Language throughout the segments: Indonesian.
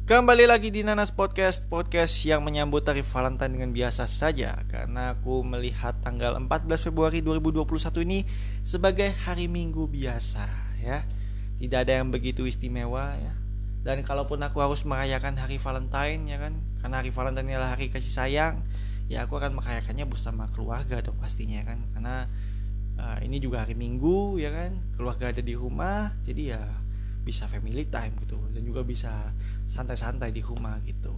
Kembali lagi di Nanas Podcast yang menyambut hari Valentine dengan biasa saja. Karena aku melihat tanggal 14 Februari 2021 ini sebagai hari Minggu biasa ya. Tidak ada yang begitu istimewa ya. Dan kalaupun aku harus merayakan hari Valentine ya kan, karena hari Valentine adalah hari kasih sayang, ya aku akan merayakannya bersama keluarga dong pastinya kan. Karena ini juga hari Minggu ya kan, keluarga ada di rumah, jadi ya bisa family time gitu, dan juga bisa santai-santai di rumah gitu.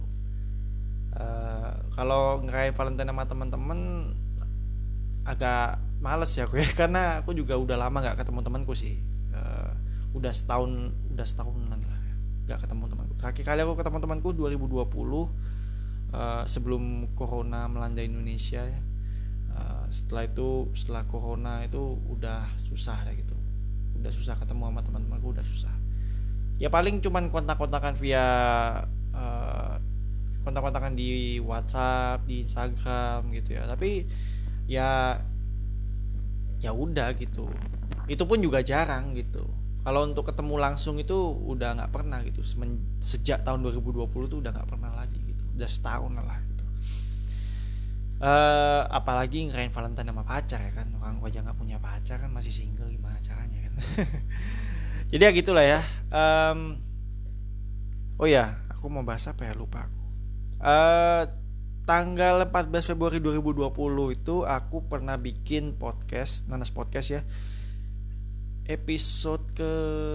Kalau ngerayain Valentine sama teman-teman agak males ya aku ya karena aku juga udah lama nggak ketemu temanku sih. Udah setahunan lah nggak ketemu temanku. Terakhir kali aku ketemu temanku 2020, sebelum corona melanda Indonesia ya. Setelah corona itu udah susah ya gitu, udah susah ketemu sama teman-temanku, udah susah. Ya paling cuman kontak-kontakan via kontak-kontakan di WhatsApp, di Instagram gitu ya. Tapi ya udah gitu. Itu pun juga jarang gitu. Kalau untuk ketemu langsung itu udah nggak pernah gitu. Sejak tahun 2020 tuh udah nggak pernah lagi gitu. Udah setahun lah gitu. Apalagi ngerayain Valentine sama pacar ya kan. Orang gua aja nggak punya pacar kan, masih single, gimana caranya kan. Jadi ya gitulah ya. Oh ya, aku mau bahas apa ya, lupa aku. Tanggal 14 Februari 2020 itu aku pernah bikin podcast, Nanas Podcast ya. Episode ke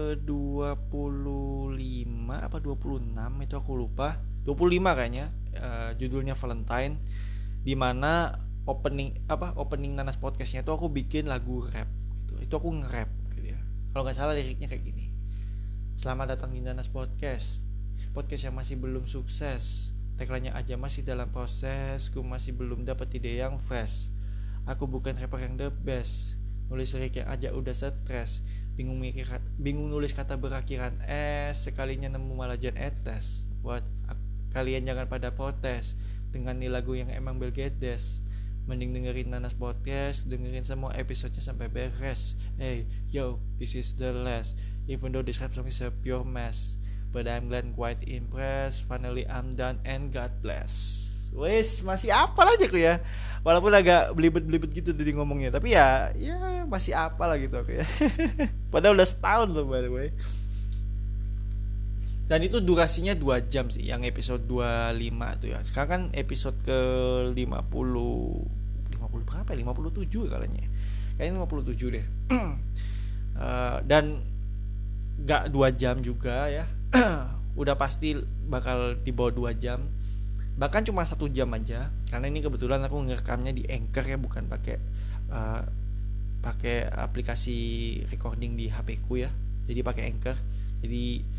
25 apa 26 itu aku lupa. 25 kayaknya. Judulnya Valentine, di mana opening Nanas Podcastnya itu aku bikin lagu rap gitu. Itu aku nge-rap gitu ya. Kalau nggak salah liriknya kayak gini: selamat datang di Nanas Podcast yang masih belum sukses. Tagline-nya aja masih dalam proses. Ku masih belum dapat ide yang fresh. Aku bukan rapper yang the best. Nulis liriknya aja udah stres. Bingung nulis kata berakhiran S. Sekalinya nemu malah jan etes. Buat kalian jangan pada protes dengan nih lagu yang emang belgedes. Mending dengerin Nanas Podcast, dengerin semua episodenya sampai beres. Hey, yo, this is the last. Even though this rap song is a pure mess, but I'm glad quite impressed. Finally I'm done and God bless. Wes, masih apal aja aku ya. Walaupun agak belibet-belibet gitu dari ngomongnya, tapi ya masih apal lah gitu aku ya. Padahal udah setahun loh by the way. Dan itu durasinya 2 jam sih, yang episode 25 tuh ya. Sekarang kan episode ke 50 berapa ya? 57 kalinya. Kayaknya 57 deh. Dan gak 2 jam juga ya. Udah pasti bakal di bawah 2 jam. Bahkan cuma 1 jam aja. Karena ini kebetulan aku ngerekamnya di Anchor ya, bukan pakai aplikasi recording di HP ku ya. Jadi pakai Anchor. Jadi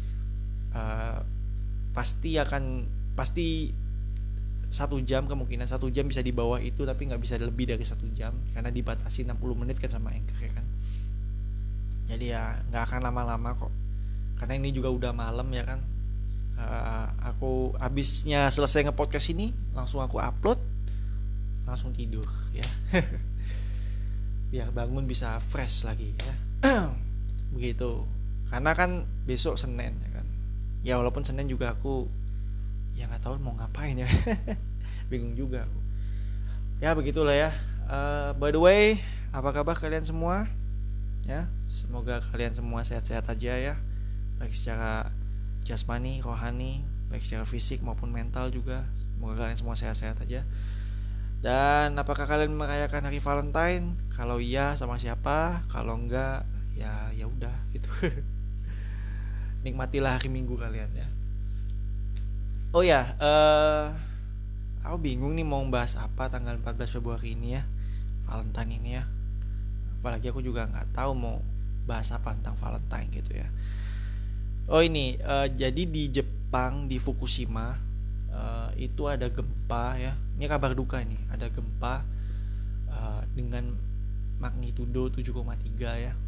pasti 1 jam, kemungkinan 1 jam bisa di bawah itu, tapi nggak bisa lebih dari 1 jam karena dibatasi 60 menit kan sama Anchor ya kan. Jadi ya nggak akan lama-lama kok, karena ini juga udah malam ya kan. Aku abisnya selesai nge-podcast ini langsung aku upload, langsung tidur ya. Biar bangun bisa fresh lagi ya. Begitu, karena kan besok Senin ya kan. Ya walaupun Senin juga aku ya nggak tahu mau ngapain ya. Bingung juga aku. Ya begitulah ya. By the way, apa kabar kalian semua? Ya, semoga kalian semua sehat-sehat aja ya. Baik secara jasmani, rohani, baik secara fisik maupun mental juga. Semoga kalian semua sehat-sehat aja. Dan apakah kalian merayakan hari Valentine? Kalau iya, sama siapa? Kalau enggak, ya udah gitu. Nikmatilah hari Minggu kalian ya. Oh ya, aku bingung nih mau bahas apa tanggal 14 Februari ini ya, Valentine ini ya. Apalagi aku juga nggak tahu mau bahas apa tentang Valentine gitu ya. Oh ini, jadi di Jepang, di Fukushima, itu ada gempa ya. Ini kabar duka nih, ada gempa dengan magnitudo 7,3 ya.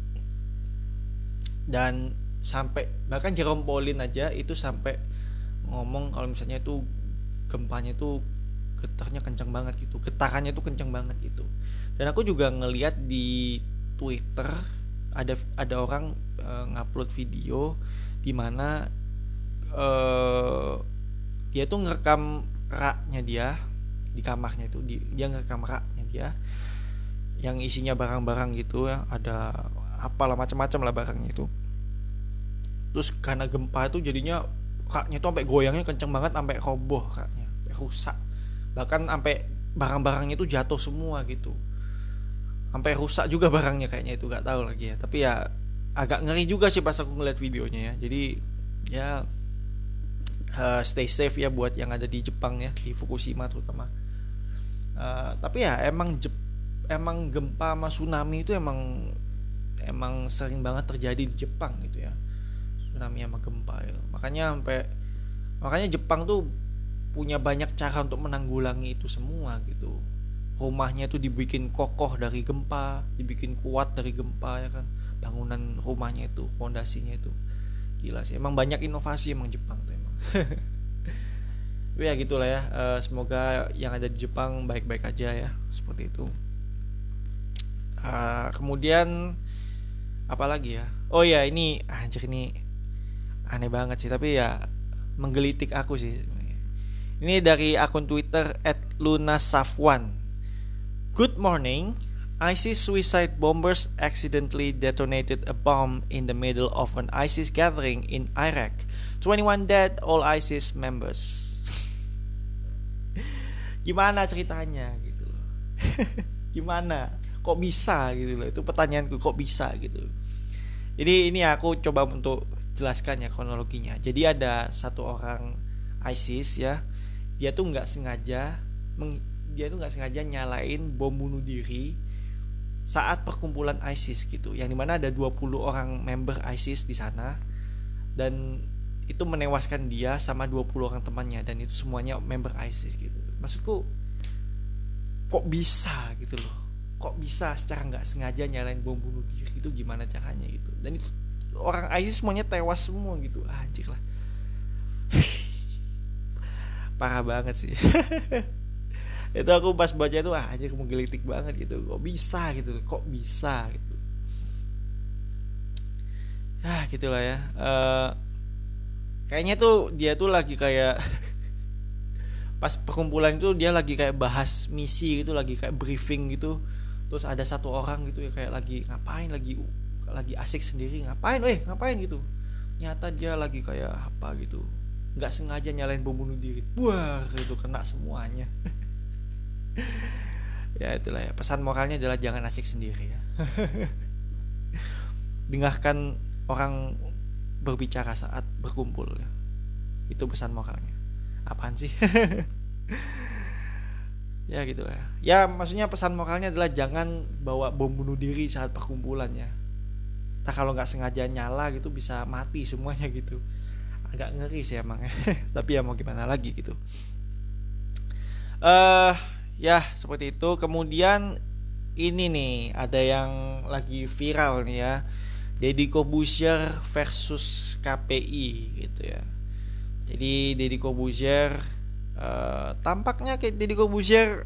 Dan sampai bahkan Jerome Pauline aja itu sampai ngomong kalau misalnya itu gempanya itu getarnya kencang banget gitu, getarannya itu kencang banget gitu. Dan aku juga ngelihat di Twitter ada orang ngupload video di mana dia tuh ngerekam raknya dia di kamarnya itu, dia ngerekam raknya dia yang isinya barang-barang gitu ya, ada apalah macam-macam lah barangnya itu. Terus karena gempa itu jadinya raknya tuh sampai goyangnya kenceng banget, sampai roboh raknya, sampai rusak, bahkan sampai barang-barangnya itu jatuh semua gitu, sampai rusak juga barangnya kayaknya itu, nggak tahu lagi ya. Tapi ya agak ngeri juga sih pas aku ngeliat videonya ya. Jadi ya stay safe ya buat yang ada di Jepang ya, di Fukushima terutama. Tapi ya emang gempa sama tsunami itu emang sering banget terjadi di Jepang gitu ya, tsunami sama gempa itu. Makanya Jepang tuh punya banyak cara untuk menanggulangi itu semua gitu. Rumahnya tuh dibikin kokoh dari gempa, dibikin kuat dari gempa ya kan. Bangunan rumahnya itu, fondasinya itu gila sih. Emang banyak inovasi emang Jepang tuh emang. Ya gitulah ya. Semoga yang ada di Jepang baik-baik aja ya, seperti itu. Kemudian apa lagi ya? Oh ya, ini anjir, ini aneh banget sih, tapi ya menggelitik aku sih. Ini dari akun Twitter @lunasafwan. Good morning. ISIS suicide bombers accidentally detonated a bomb in the middle of an ISIS gathering in Iraq. 21 dead, all ISIS members. Gimana ceritanya gitu loh. Gimana? Kok bisa gitu loh. Itu pertanyaanku, kok bisa gitu. Jadi ini aku coba untuk jelaskan ya kronologinya. Jadi ada satu orang ISIS ya. Dia tuh nggak sengaja nyalain bom bunuh diri saat perkumpulan ISIS gitu, yang dimana ada 20 orang member ISIS di sana, dan itu menewaskan dia sama 20 orang temannya, dan itu semuanya member ISIS gitu. Maksudku, kok bisa gitu loh, kok bisa secara nggak sengaja nyalain bom bunuh diri, itu gimana caranya gitu. Dan itu orang ISIS semuanya tewas semua gitu, anjir lah. Parah banget sih. Itu aku pas baca itu anjir menggelitik banget gitu, kok bisa gitu gitulah ya. Kayaknya tuh dia tuh lagi kayak pas perkumpulan itu dia lagi kayak bahas misi gitu, lagi kayak briefing gitu. Terus ada satu orang gitu ya kayak lagi ngapain, lagi asik sendiri, ngapain gitu. Nyata dia lagi kayak apa gitu, nggak sengaja nyalain bom bunuh diri, wah itu kena semuanya. Ya itulah ya, pesan moralnya adalah jangan asik sendiri ya. Dengarkan orang berbicara saat berkumpul ya. Itu pesan moralnya. Apaan sih? Ya gitulah ya. Ya maksudnya pesan moralnya adalah jangan bawa bom bunuh diri saat perkumpulan ya. Nah kalau nggak sengaja nyala gitu bisa mati semuanya gitu. Agak ngeri sih emang. Tapi ya mau gimana lagi gitu. Ya seperti itu. Kemudian ini nih, ada yang lagi viral nih ya, Deddy Corbuzier versus KPI gitu ya. Jadi Deddy Corbuzier tampaknya kayak Deddy Corbuzier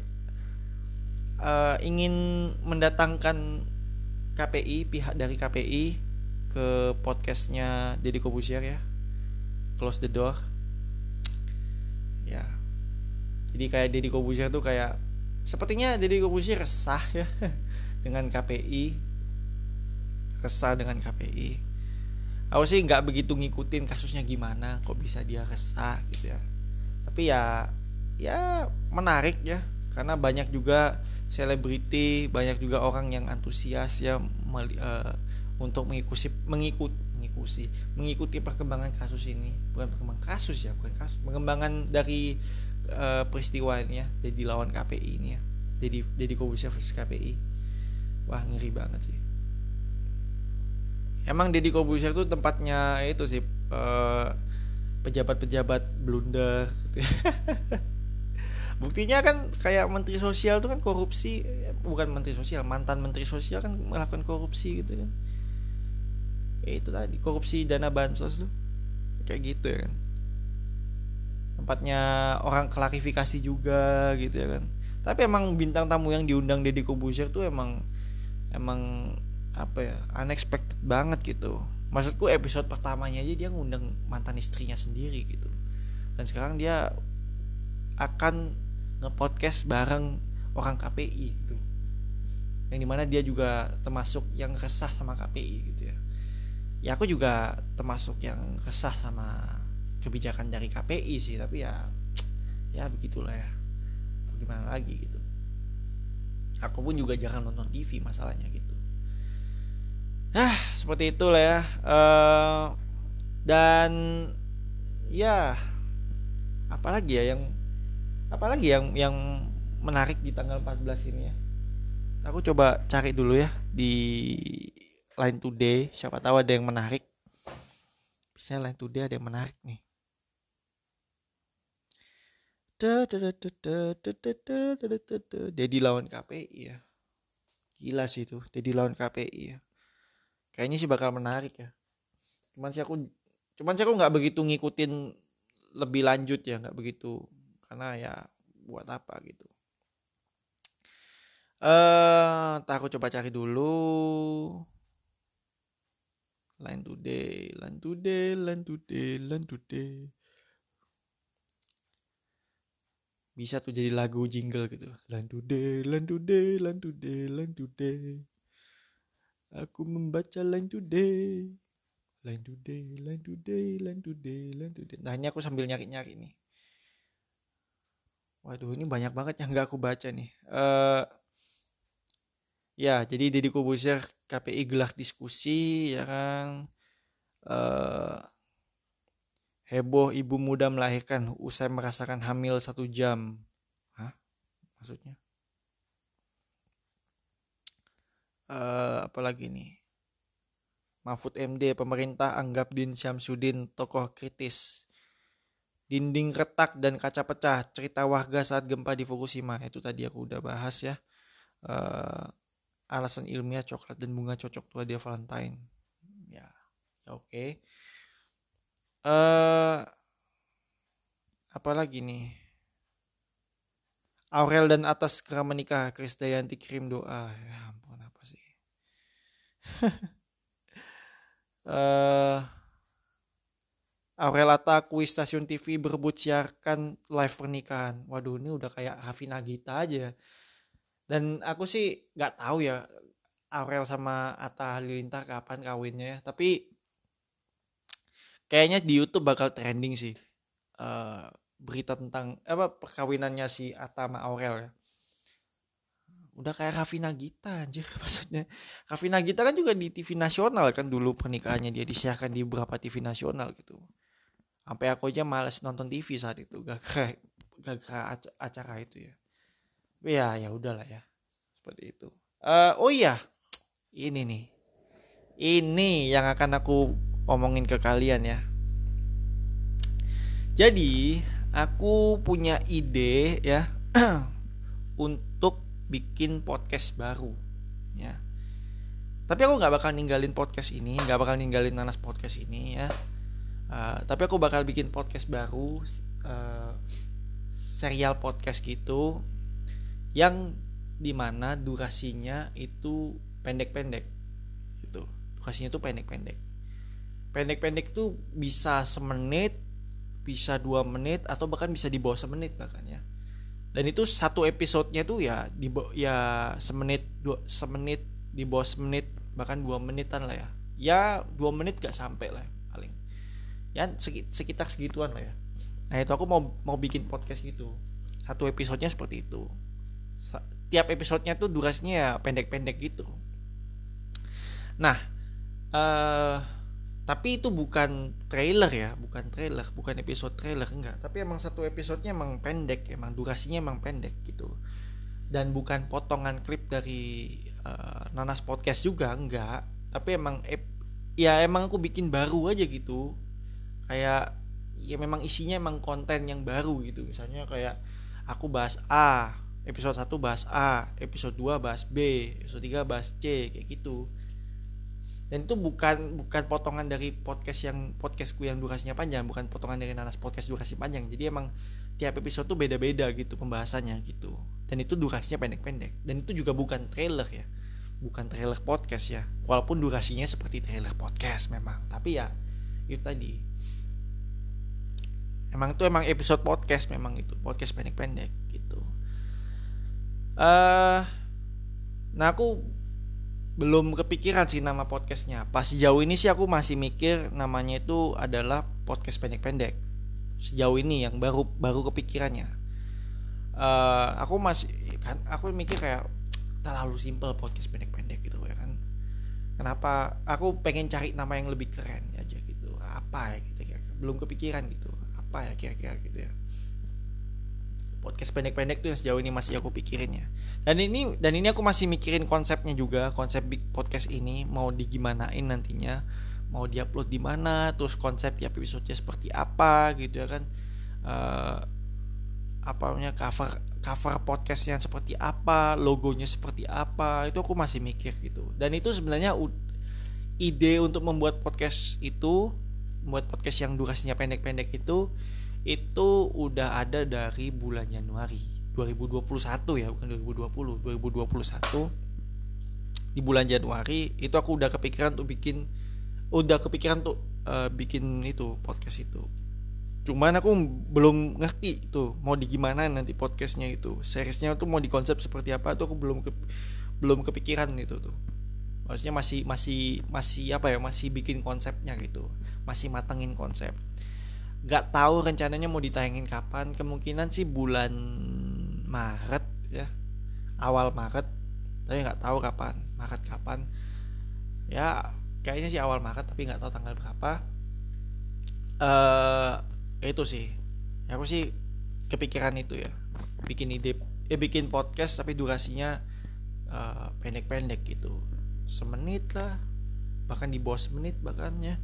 ingin mendatangkan KPI, pihak dari KPI ke podcastnya Deddy Corbuzier ya, Close the Door ya. Jadi kayak Deddy Corbuzier tuh kayak sepertinya Deddy Corbuzier resah ya dengan KPI, Aku sih nggak begitu ngikutin kasusnya gimana, kok bisa dia resah gitu ya. Tapi ya menarik ya, karena banyak juga selebriti, banyak juga orang yang antusias ya untuk mengikuti perkembangan kasus ini, perkembangan dari peristiwa ini ya, Deddy lawan KPI ini ya, Deddy Corbuzier versus KPI. Wah ngeri banget sih. Emang Deddy Corbuzier tuh tempatnya itu sih pejabat-pejabat blunder gitu. Buktinya kan kayak menteri sosial tuh kan korupsi, bukan menteri sosial, mantan menteri sosial kan melakukan korupsi gitu kan. Itu tadi korupsi dana bansos tuh kayak gitu ya kan. Tempatnya orang klarifikasi juga gitu ya kan. Tapi emang bintang tamu yang diundang Deddy Corbuzier tuh emang apa ya, unexpected banget gitu. Maksudku episode pertamanya aja dia ngundang mantan istrinya sendiri gitu. Dan sekarang dia akan nge-podcast bareng orang KPI gitu, yang dimana dia juga termasuk yang resah sama KPI gitu ya. Ya aku juga termasuk yang resah sama kebijakan dari KPI sih, tapi ya begitulah ya, gimana lagi gitu. Aku pun juga jarang nonton TV masalahnya gitu. Seperti itulah ya. Dan ya apalagi yang menarik di tanggal 14 ini ya. Aku coba cari dulu ya di Line Today, siapa tahu ada yang menarik. Biasanya Line Today ada yang menarik nih. Dedi lawan KPI ya. Gila sih itu, Dedi lawan KPI ya. Kayaknya sih bakal menarik ya. Cuman sih aku nggak begitu ngikutin lebih lanjut ya, nggak begitu, karena ya buat apa gitu. Aku coba cari dulu Line Today. Bisa tuh jadi lagu jingle gitu. Line Today. Aku membaca Line Today. Nah ini aku sambil nyari-nyari nih. Waduh, ini banyak banget yang gak aku baca nih. Ya, jadi Deddy Corbuzier KPI gelar diskusi ya kan. Heboh ibu muda melahirkan usai merasakan hamil 1 jam. Hah? Maksudnya? Apalagi nih? Mahfud MD, pemerintah anggap Din Syamsuddin tokoh kritis. Dinding retak dan kaca pecah, cerita warga saat gempa di Fukushima. Itu tadi aku udah bahas ya. Alasan ilmiah coklat dan bunga cocok tuh hadiah Valentine. Ya oke. Apalagi nih? Aurel dan Atas segera menikah, Krisdayanti kirim doa. Ya ampun, apa sih? Aurel Atta akui stasiun TV berebut siarkan live pernikahan. Waduh, ini udah kayak Raffi Nagita aja. Dan aku sih nggak tahu ya Aurel sama Atta Halilintar kapan kawinnya ya. Tapi kayaknya di YouTube bakal trending sih berita tentang perkawinannya si Atta sama Aurel ya. Udah kayak Raffi Nagita anjir, maksudnya Raffi Nagita kan juga di TV nasional kan dulu pernikahannya, dia disiarkan di beberapa TV nasional gitu. Sampai aku aja malas nonton TV saat itu gara-gara acara itu ya. Tapi ya udahlah ya, seperti itu. Oh iya, ini nih, ini yang akan aku omongin ke kalian ya. Jadi aku punya ide ya untuk bikin podcast baru ya. Tapi aku nggak bakal ninggalin podcast ini, nggak bakal ninggalin Nanas podcast ini ya. Tapi aku bakal bikin podcast baru, serial podcast gitu, yang dimana durasinya itu pendek-pendek gitu. Durasinya tuh pendek-pendek. Pendek-pendek tuh bisa semenit, bisa 2 menit, atau bahkan bisa di bawah semenit bahkan ya. Dan itu satu episodenya tuh ya semenit di bawah semenit, bahkan 2 menitan lah ya. Ya 2 menit gak sampai lah paling. Ya sekitar segituan lah ya. Nah itu aku mau bikin podcast gitu. Satu episodenya seperti itu. Tiap episodenya tuh durasinya ya pendek-pendek gitu. Nah tapi itu bukan trailer ya, bukan episode trailer, enggak. Tapi emang satu episodenya emang pendek, emang durasinya emang pendek gitu. Dan bukan potongan klip dari Nanas Podcast juga, enggak. Tapi emang emang aku bikin baru aja gitu. Kayak ya memang isinya emang konten yang baru gitu. Misalnya kayak aku bahas A, episode 1 bahas A, episode 2 bahas B, episode 3 bahas C, kayak gitu. Dan itu bukan potongan dari podcastku yang durasinya panjang, bukan potongan dari Nanas Podcast durasi panjang. Jadi emang tiap episode tuh beda-beda gitu pembahasannya gitu. Dan itu durasinya pendek-pendek. Dan itu juga bukan trailer ya, bukan trailer podcast ya. Walaupun durasinya seperti trailer podcast memang, tapi ya itu tadi emang episode podcast, memang itu podcast pendek-pendek gitu. Nah aku belum kepikiran sih nama podcastnya. Pas sejauh ini sih aku masih mikir namanya itu adalah podcast pendek-pendek. Sejauh ini yang baru kepikirannya. Aku masih kan aku mikir kayak terlalu simple podcast pendek-pendek gitu ya kan. Kenapa aku pengen cari nama yang lebih keren aja gitu. Apa ya gitu ya. Belum kepikiran gitu. Apa ya kira-kira gitu ya. Podcast pendek-pendek tuh yang sejauh ini masih aku pikirin ya. Dan ini aku masih mikirin konsepnya juga, konsep big podcast ini mau digimanain nantinya, mau diupload di mana, terus konsep tiap episode-nya seperti apa gitu ya kan. Cover podcastnya seperti apa, logonya seperti apa, itu aku masih mikir gitu. Dan itu sebenarnya ide untuk membuat podcast yang durasinya pendek-pendek itu udah ada dari bulan Januari 2021 ya, bukan 2021. Di bulan Januari itu aku udah kepikiran bikin itu podcast itu. Cuman aku belum ngerti tuh mau di gimana nanti podcastnya itu, seriesnya tuh mau dikonsep seperti apa tuh aku belum kepikiran itu tuh. Maksudnya masih apa ya, masih bikin konsepnya gitu, masih matengin konsep. Gak tahu rencananya mau ditayangin kapan. Kemungkinan sih bulan Maret ya, awal Maret, tapi gak tahu kapan. Maret kapan ya, kayaknya sih awal Maret, tapi gak tahu tanggal berapa. Itu sih aku sih kepikiran itu ya, bikin podcast tapi durasinya pendek-pendek gitu, semenit lah, bahkan di bawah semenit bahkan ya.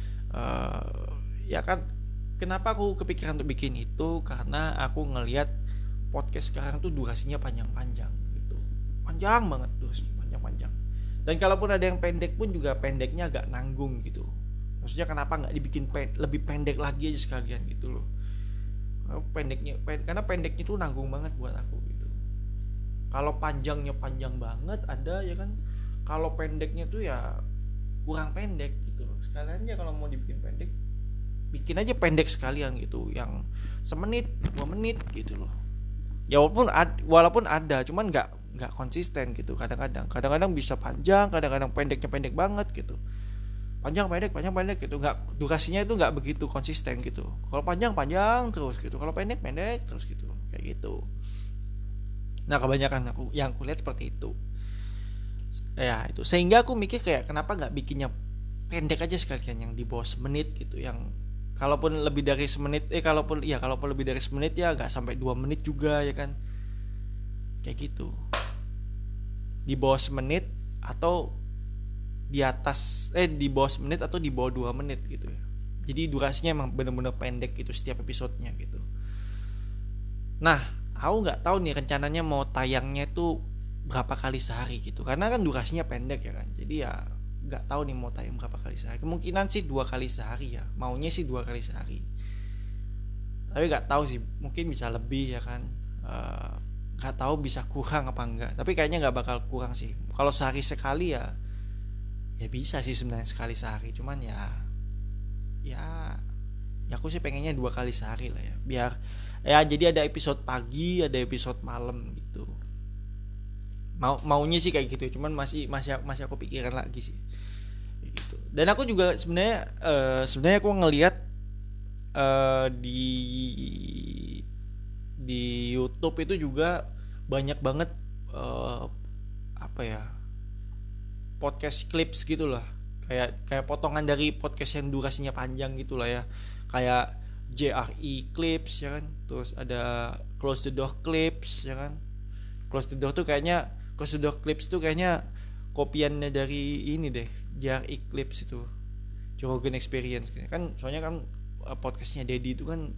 Ya kan, kenapa aku kepikiran untuk bikin itu? Karena aku ngelihat podcast sekarang tuh durasinya panjang-panjang gitu. Panjang banget durasinya, panjang-panjang. Dan kalaupun ada yang pendek pun juga pendeknya agak nanggung gitu. Maksudnya kenapa nggak dibikin lebih pendek lagi aja sekalian gitu loh. Karena pendeknya tuh nanggung banget buat aku gitu. Kalau panjangnya panjang banget ada ya kan. Kalau pendeknya tuh ya kurang pendek gitu. Sekalian aja kalau mau dibikin pendek, bikin aja pendek sekalian gitu, yang semenit 2 menit gitu loh ya. Walaupun ada, cuman nggak konsisten gitu. Kadang-kadang bisa panjang, kadang-kadang pendeknya pendek banget gitu, panjang pendek gitu. Nggak, durasinya itu nggak begitu konsisten gitu. Kalau panjang terus gitu, kalau pendek terus gitu, kayak gitu. Nah kebanyakan aku lihat seperti itu ya. Itu sehingga aku mikir kayak kenapa nggak bikinnya pendek aja sekalian, yang di bawah semenit gitu, yang kalaupun lebih dari semenit kalaupun lebih dari semenit ya nggak sampai 2 menit juga ya kan, kayak gitu. Di bawah semenit atau di atas di bawah semenit atau di bawah 2 menit gitu ya. Jadi durasinya emang bener-bener pendek gitu setiap episodenya gitu. Nah aku nggak tahu nih rencananya mau tayangnya tuh berapa kali sehari gitu, karena kan durasinya pendek ya kan. Jadi ya nggak tahu nih mau tayang berapa kali sehari. Kemungkinan sih 2 kali sehari ya, maunya sih 2 kali sehari, tapi nggak tahu sih, mungkin bisa lebih ya kan. Nggak tahu bisa kurang apa enggak, tapi kayaknya nggak bakal kurang sih. Kalau sehari sekali ya bisa sih sebenarnya sekali sehari, cuman ya aku sih pengennya 2 kali sehari lah ya, biar ya jadi ada episode pagi, ada episode malam gitu. Maunya sih kayak gitu, cuman masih aku pikiran lagi sih gitu. Dan aku juga sebenarnya aku ngelihat di YouTube itu juga banyak banget podcast clips gitu lah, kayak potongan dari podcast yang durasinya panjang gitu lah ya, kayak JRE clips ya kan, terus ada Close the Door clips ya kan. Close the Door clips tuh kayaknya kopiannya dari ini deh, JRE clips itu, Joe Rogan Experience kan. Soalnya kan podcastnya Deddy itu kan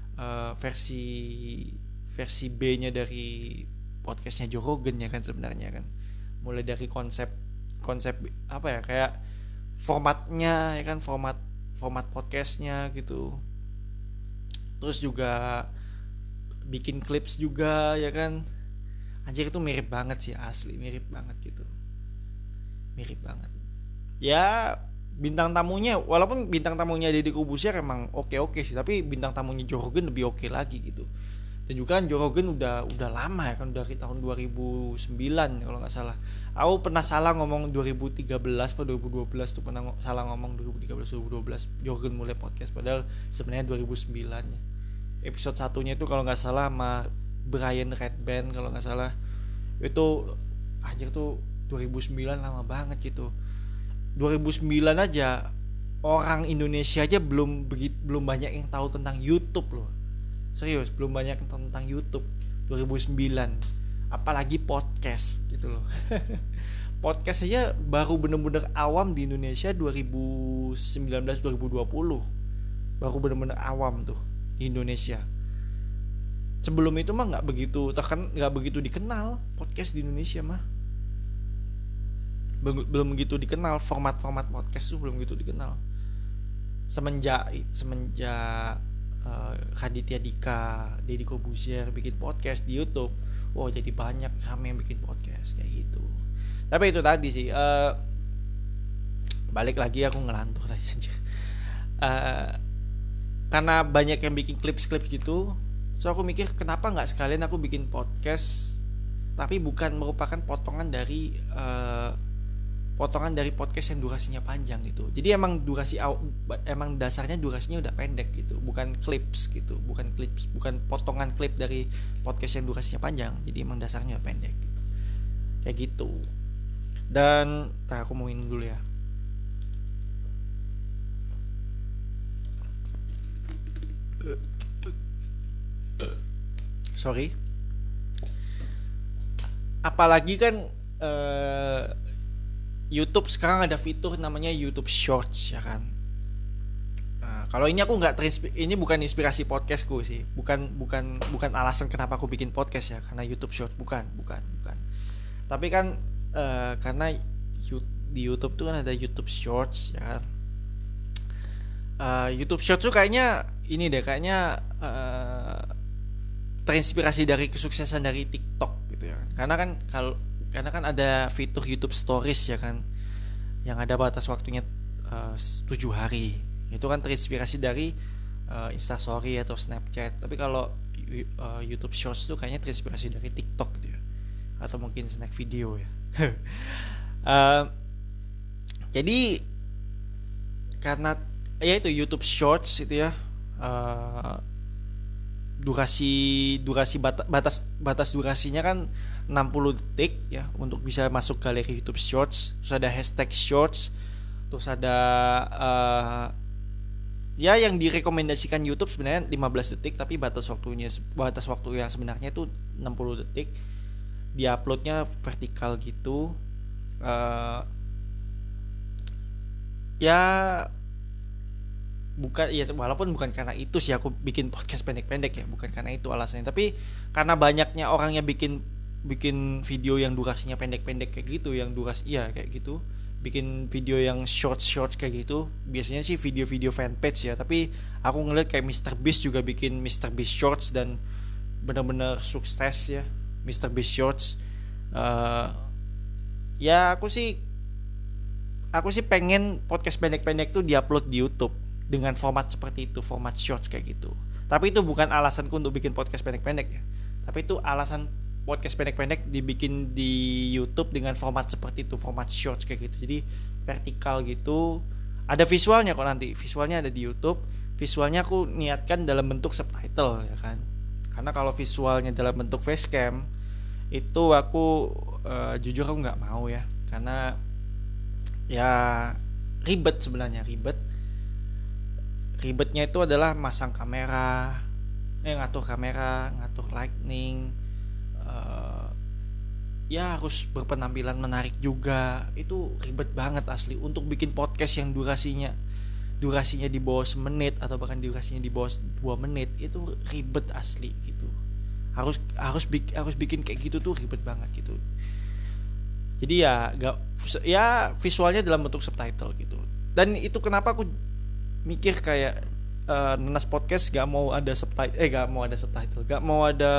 versi B-nya dari podcastnya Joe Rogan ya kan sebenarnya kan. Mulai dari konsep apa ya, kayak formatnya ya kan, format podcastnya gitu. Terus juga bikin clips juga ya kan. Anjir itu mirip banget sih, asli mirip banget gitu. Mirip banget. Ya bintang tamunya, walaupun bintang tamunya Deddy Corbuzier emang oke sih, tapi bintang tamunya Joe Rogan lebih oke lagi gitu. Dan juga kan Joe Rogan udah lama ya kan, dari tahun 2009 kalau nggak salah. Aku pernah salah ngomong 2013 atau 2012 tuh, pernah salah ngomong 2013 2012 Joe Rogan mulai podcast, padahal sebenarnya 2009 ya. Episode satunya itu kalau nggak salah sama Brian Redband kalau nggak salah. Itu anjir tuh 2009, lama banget gitu. 2009 aja orang Indonesia aja belum banyak yang tahu tentang YouTube loh. Serius, belum banyak yang tahu tentang YouTube 2009. Apalagi podcast gitu loh. Podcast aja baru bener-bener awam di Indonesia 2019 2020. Baru bener-bener awam tuh di Indonesia. Sebelum itu mah nggak begitu dikenal podcast di Indonesia mah. Belum begitu dikenal, format podcast tuh belum begitu dikenal. Semenjak Raditya Dika, Deddy Corbuzier bikin podcast di YouTube, wow jadi banyak kami yang bikin podcast kayak gitu. Tapi itu tadi sih, balik lagi aku ngelantur aja. Karena banyak yang bikin clips gitu, so aku mikir kenapa nggak sekalian aku bikin podcast, tapi bukan merupakan potongan dari podcast yang durasinya panjang gitu. Jadi emang dasarnya durasinya udah pendek gitu, bukan potongan klip dari podcast yang durasinya panjang. Jadi emang dasarnya udah pendek gitu. Kayak gitu. Dan aku mau minum dulu ya. Sorry. Apalagi kan YouTube sekarang ada fitur namanya YouTube Shorts ya kan. Kalau ini aku ini bukan inspirasi podcastku sih, bukan alasan kenapa aku bikin podcast ya, karena YouTube Shorts bukan. Tapi kan karena di YouTube tuh kan ada YouTube Shorts ya kan. YouTube Shorts tuh kayaknya terinspirasi dari kesuksesan dari TikTok gitu ya. Karena kan ada fitur YouTube Stories ya kan, yang ada batas waktunya 7 hari. Itu kan terinspirasi dari Instastory atau Snapchat. Tapi kalau YouTube Shorts tuh kayaknya terinspirasi dari TikTok gitu ya, atau mungkin snack video ya. Jadi karena ya itu YouTube Shorts itu ya, batas durasinya kan 60 detik ya untuk bisa masuk galeri YouTube Shorts. Terus ada hashtag Shorts, terus ada ya yang direkomendasikan YouTube sebenarnya 15 detik, tapi batas waktu yang sebenarnya itu 60 detik. Diuploadnya vertikal gitu. Ya walaupun bukan karena itu sih aku bikin podcast pendek-pendek ya, bukan karena itu alasannya, tapi karena banyaknya orang yang bikin video yang durasinya pendek-pendek kayak gitu, kayak gitu, bikin video yang short kayak gitu. Biasanya sih video-video fanpage ya, tapi aku ngeliat kayak MrBeast juga bikin MrBeast Shorts dan benar-benar sukses ya MrBeast Shorts. Ya aku sih pengen podcast pendek-pendek tuh diupload di YouTube dengan format seperti itu, format shorts kayak gitu. Tapi itu bukan alasanku untuk bikin podcast pendek-pendek ya. Tapi itu alasan podcast pendek-pendek dibikin di YouTube dengan format seperti itu, format shorts kayak gitu. Jadi vertikal gitu. Ada visualnya kok nanti. Visualnya ada di YouTube. Visualnya aku niatkan dalam bentuk subtitle ya kan. Karena kalau visualnya dalam bentuk facecam itu aku jujur aku nggak mau ya. Karena ya ribet sebenarnya, ribetnya itu adalah masang kamera, ngatur kamera, ngatur lightning, ya harus berpenampilan menarik juga. Itu ribet banget asli. Untuk bikin podcast yang durasinya di bawah semenit atau bahkan durasinya di bawah 2 menit itu ribet asli gitu. Harus bikin kayak gitu tuh ribet banget gitu. Jadi ya visualnya dalam bentuk subtitle gitu. Dan itu kenapa aku mikir kayak Nanas Podcast gak mau ada subtitle, gak mau ada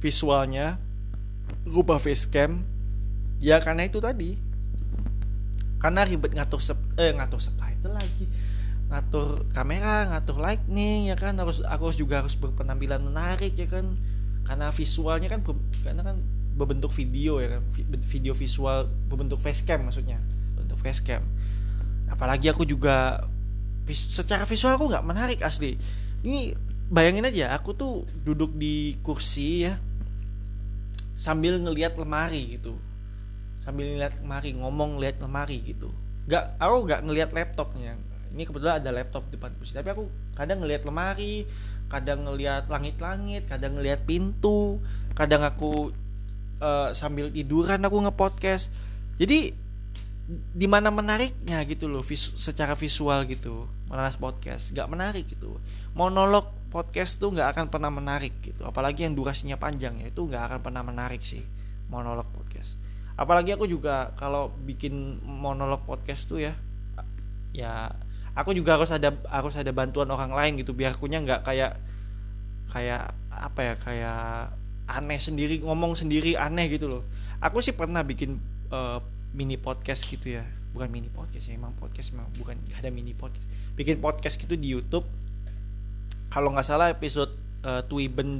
visualnya, rubah facecam. Ya karena itu tadi, karena ribet ngatur subtitle lagi, ngatur kamera, ngatur lightning ya kan, aku juga harus berpenampilan menarik ya kan, karena visualnya kan karena kan berbentuk video ya kan, video visual berbentuk facecam, maksudnya bentuk facecam. Apalagi aku juga secara visual aku nggak menarik asli. Ini bayangin aja, aku tuh duduk di kursi ya sambil ngelihat lemari gitu, sambil ngeliat lemari, ngomong lihat lemari gitu. Aku nggak ngelihat laptopnya. Ini kebetulan ada laptop di depan kursi, tapi aku kadang ngelihat lemari, kadang ngelihat langit-langit, kadang ngelihat pintu, kadang aku sambil tiduran aku nge-podcast. Jadi di mana menariknya gitu loh, secara visual gitu. Malas podcast nggak menarik gitu. Monolog podcast tuh nggak akan pernah menarik gitu. Apalagi yang durasinya panjang ya, itu nggak akan pernah menarik sih monolog podcast. Apalagi aku juga kalau bikin monolog podcast tuh ya aku juga harus ada bantuan orang lain gitu, biar akunya nggak kayak apa ya, kayak aneh sendiri, ngomong sendiri aneh gitu loh. Aku sih pernah bikin mini podcast gitu ya, bukan mini podcast ya, emang podcast memang bukan, gak ada mini podcast, bikin podcast gitu di YouTube. Kalau nggak salah episode Twiben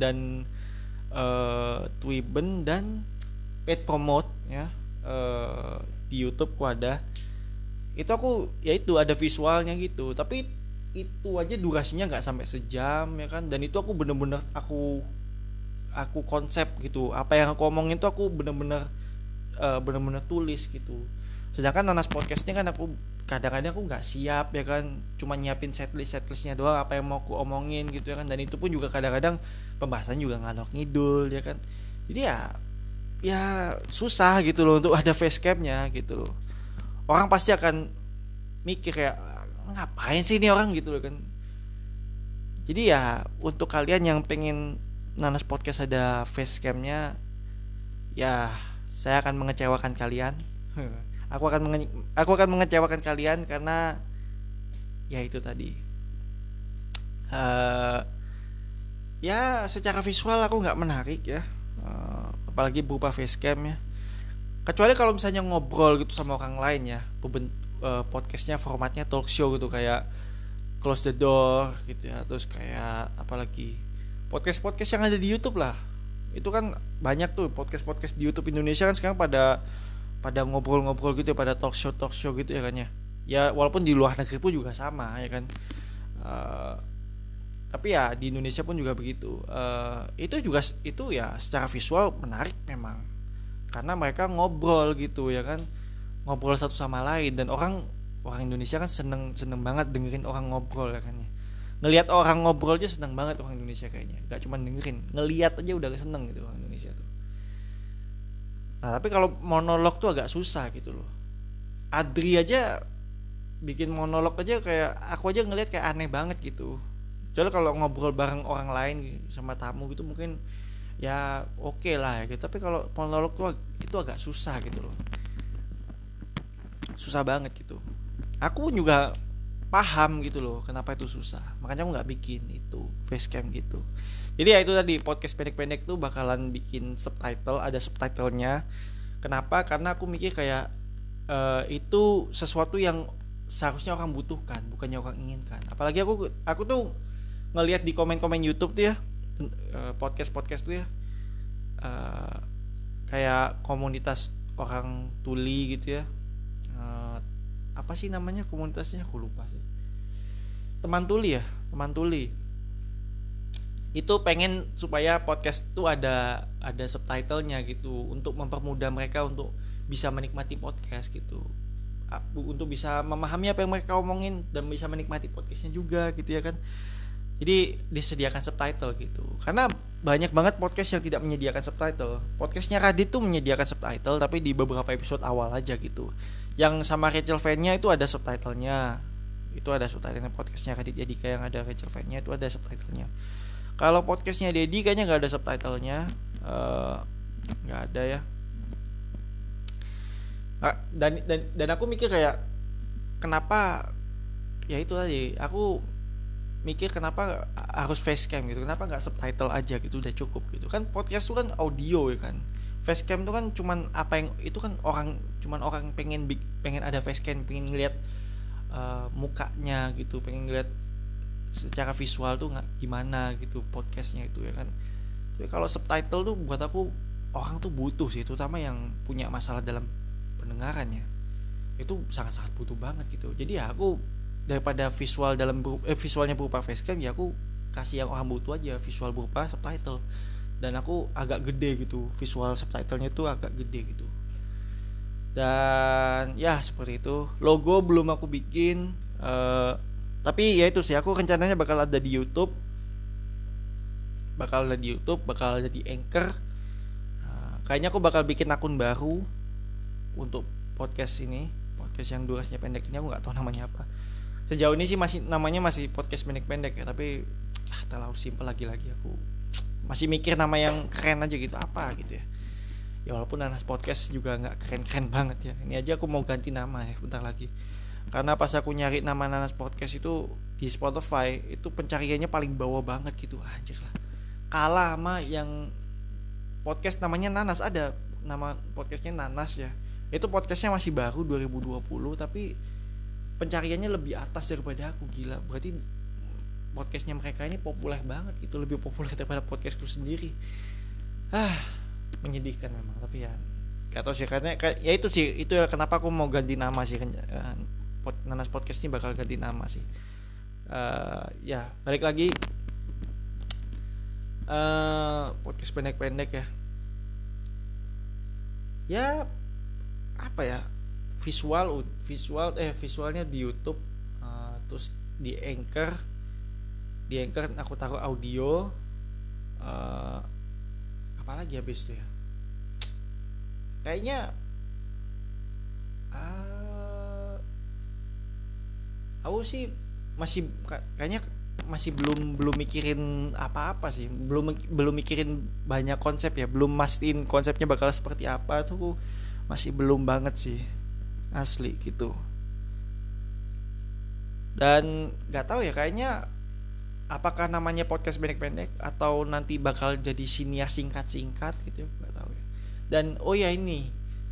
dan paid promote ya, di YouTube ku ada. Itu aku ya itu ada visualnya gitu, tapi itu aja durasinya nggak sampai sejam ya kan, dan itu aku bener-bener aku konsep gitu, apa yang aku omongin tuh aku bener-bener tulis gitu. Sedangkan Nanas podcastnya kan aku kadang-kadang aku nggak siap ya kan, cuma nyiapin setlistnya doang apa yang mau aku omongin gitu ya kan, dan itu pun juga kadang-kadang pembahasan juga ngalor ngidul ya kan. Jadi ya susah gitu loh untuk ada facecamnya gitu loh. Orang pasti akan mikir kayak ngapain sih ini orang gitu loh kan. Jadi ya untuk kalian yang pengen Nanas podcast ada facecamnya, ya saya akan mengecewakan kalian. Aku akan mengecewakan kalian karena ya itu tadi. Ya secara visual aku nggak menarik ya, apalagi berupa facecam ya. Kecuali kalau misalnya ngobrol gitu sama orang lain ya, podcastnya formatnya talk show gitu, kayak Close the Door gitu ya, terus kayak apalagi podcast yang ada di YouTube lah. Itu kan banyak tuh podcast di YouTube Indonesia kan sekarang pada ngobrol-ngobrol gitu ya, pada talk show gitu ya kan ya. Ya walaupun di luar negeri pun juga sama ya kan. Tapi ya di Indonesia pun juga begitu. Itu ya secara visual menarik memang, karena mereka ngobrol gitu ya kan, ngobrol satu sama lain, dan orang Indonesia kan seneng banget dengerin orang ngobrol ya kan ya. Ngelihat orang ngobrol aja seneng banget orang Indonesia kayaknya, gak cuma dengerin, ngelihat aja udah seneng gitu orang Indonesia tuh. Nah tapi kalau monolog tuh agak susah gitu loh. Adri aja bikin monolog aja kayak aku aja ngelihat kayak aneh banget gitu. Soalnya kalau ngobrol bareng orang lain sama tamu gitu mungkin ya oke lah ya gitu. Tapi kalau monolog tuh itu agak susah gitu loh, susah banget gitu. Aku juga paham gitu loh kenapa itu susah, makanya aku nggak bikin itu facecam gitu. Jadi ya itu tadi, podcast pendek-pendek tuh bakalan bikin subtitle, ada subtitlenya. Kenapa? Karena aku mikir kayak itu sesuatu yang seharusnya orang butuhkan, bukannya orang inginkan. Apalagi aku tuh ngelihat di komen-komen YouTube tuh ya, podcast tuh ya, kayak komunitas orang tuli gitu ya, apa sih namanya komunitasnya, aku lupa sih, teman tuli itu pengen supaya podcast tuh ada subtitlenya gitu, untuk mempermudah mereka untuk bisa menikmati podcast gitu, untuk bisa memahami apa yang mereka omongin dan bisa menikmati podcastnya juga gitu ya kan. Jadi disediakan subtitle gitu, karena banyak banget podcast yang tidak menyediakan subtitle. Podcastnya Radit tuh menyediakan subtitle, tapi di beberapa episode awal aja gitu. Yang sama Rachel Fan-nya itu ada subtitlenya. Itu ada subtitlenya podcastnya Radit jadi kayak yang ada Rachel Fan-nya itu ada subtitlenya. Kalau podcastnya Dedi kayaknya nggak ada subtitlenya, nggak ada ya. Dan aku mikir kayak kenapa, ya itu tadi aku mikir kenapa harus facecam gitu, kenapa nggak subtitle aja gitu udah cukup gitu kan. Podcast tuh kan audio ya kan, facecam tuh kan cuman apa yang itu kan cuman orang pengen ada facecam, pengen ngeliat mukanya gitu, pengen ngeliat secara visual tuh nggak gimana gitu podcastnya itu ya kan. Tapi kalau subtitle tuh buat aku orang tuh butuh sih, terutama yang punya masalah dalam pendengarannya itu sangat-sangat butuh banget gitu. Jadi ya aku daripada visualnya berupa facecam, ya aku kasih yang orang butuh aja, visual berupa subtitle. Dan aku agak gede gitu, visual subtitlenya tuh agak gede gitu. Dan ya seperti itu. Logo belum aku bikin, tapi ya itu sih, aku rencananya bakal ada di YouTube, bakal ada di Anchor. Kayaknya aku bakal bikin akun baru untuk podcast ini, podcast yang durasinya pendek ini. Aku nggak tahu namanya apa. Sejauh ini sih namanya masih podcast pendek ya, tapi terlalu simpel lagi aku masih mikir nama yang keren aja gitu, apa gitu ya. Ya walaupun Nanas Podcast juga nggak keren-keren banget ya. Ini aja aku mau ganti nama ya bentar lagi. Karena pas aku nyari nama Nanas Podcast itu di Spotify, itu pencariannya paling bawah banget gitu, anjir lah. Kalah sama yang podcast namanya Nanas, ada nama podcastnya Nanas ya. Itu podcastnya masih baru 2020, tapi pencariannya lebih atas daripada aku. Gila, berarti podcastnya mereka ini populer banget gitu, lebih populer daripada podcastku sendiri. Menyedihkan memang, tapi ya gak tau sih, karena ya itu sih, itu ya kenapa aku mau ganti nama sih. Nanas Podcast ini bakal ganti nama sih. Ya balik lagi, podcast pendek-pendek ya. Ya apa ya, visualnya di YouTube, terus di Anchor aku taruh audio, apalagi habis itu ya, kayaknya aku sih kayaknya masih belum mikirin apa-apa sih, belum mikirin banyak konsep ya, belum mastiin konsepnya bakal seperti apa tuh, masih belum banget sih asli gitu. Dan nggak tahu ya, kayaknya apakah namanya podcast pendek-pendek atau nanti bakal jadi siniar singkat-singkat gitu, nggak tahu ya. Dan oh ya ini,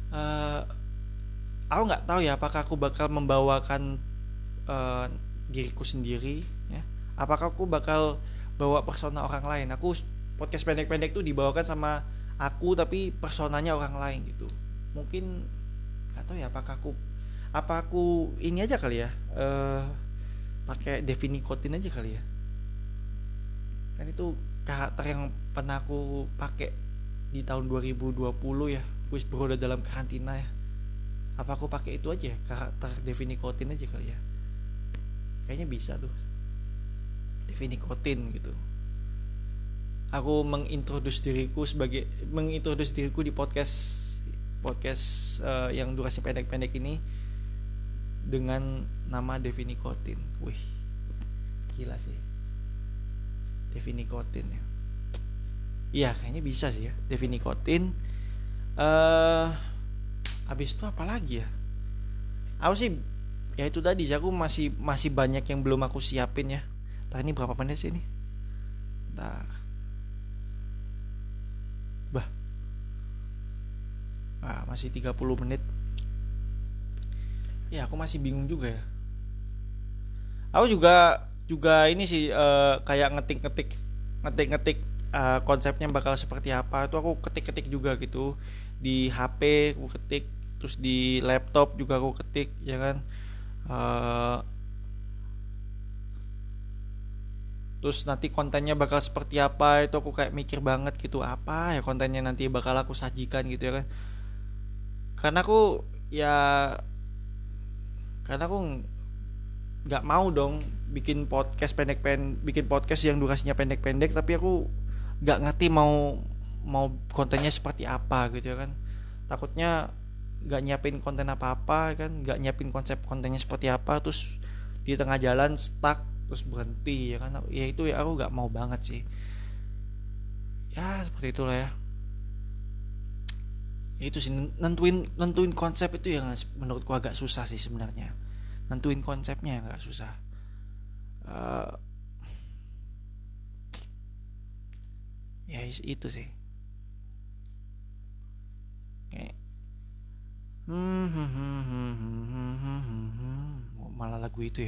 aku nggak tahu ya apakah aku bakal membawakan diriku sendiri ya, apakah aku bakal bawa persona orang lain. Aku podcast pendek-pendek tuh dibawakan sama aku tapi personanya orang lain gitu. Mungkin nggak tahu ya apakah aku ini aja kali ya, pakai Devi Nikotin aja kali ya. Kan itu karakter yang pernah aku pakai di tahun 2020 ya, wis berada dalam karantina ya. Apa aku pakai itu aja ya, karakter Devi Nikotin aja kali ya. Kayaknya bisa tuh, Devi Nikotin gitu. Aku mengintroduce diriku di podcast yang durasi pendek-pendek ini dengan nama Devi Nikotin. Wih, gila sih, Devi Nikotin ya. Iya kayaknya bisa sih ya, Devi Nikotin. Habis itu apa lagi ya? Aku sih ya itu tadi, aku masih banyak yang belum aku siapin ya. Ntar ini berapa menit sih ini? Ntar masih 30 menit. Ya aku masih bingung juga ya. Aku juga ini sih, kayak ngetik konsepnya bakal seperti apa. Itu aku ketik juga gitu. Di HP aku ketik, terus di laptop juga aku ketik ya kan. Terus nanti kontennya bakal seperti apa, itu aku kayak mikir banget gitu, apa ya kontennya nanti bakal aku sajikan gitu ya kan. Karena aku nggak mau dong bikin podcast yang durasinya pendek-pendek tapi aku nggak ngerti mau kontennya seperti apa gitu ya kan. Takutnya nggak nyiapin konten apa-apa kan, nggak nyiapin konsep kontennya seperti apa, terus di tengah jalan stuck terus berhenti ya kan. Ya itu ya aku nggak mau banget sih ya, seperti itulah ya. Itu sih, nentuin konsep itu yang menurutku agak susah sih sebenarnya. Nentuin konsepnya yang agak susah. Ya itu sih. Malah lagu itu ya.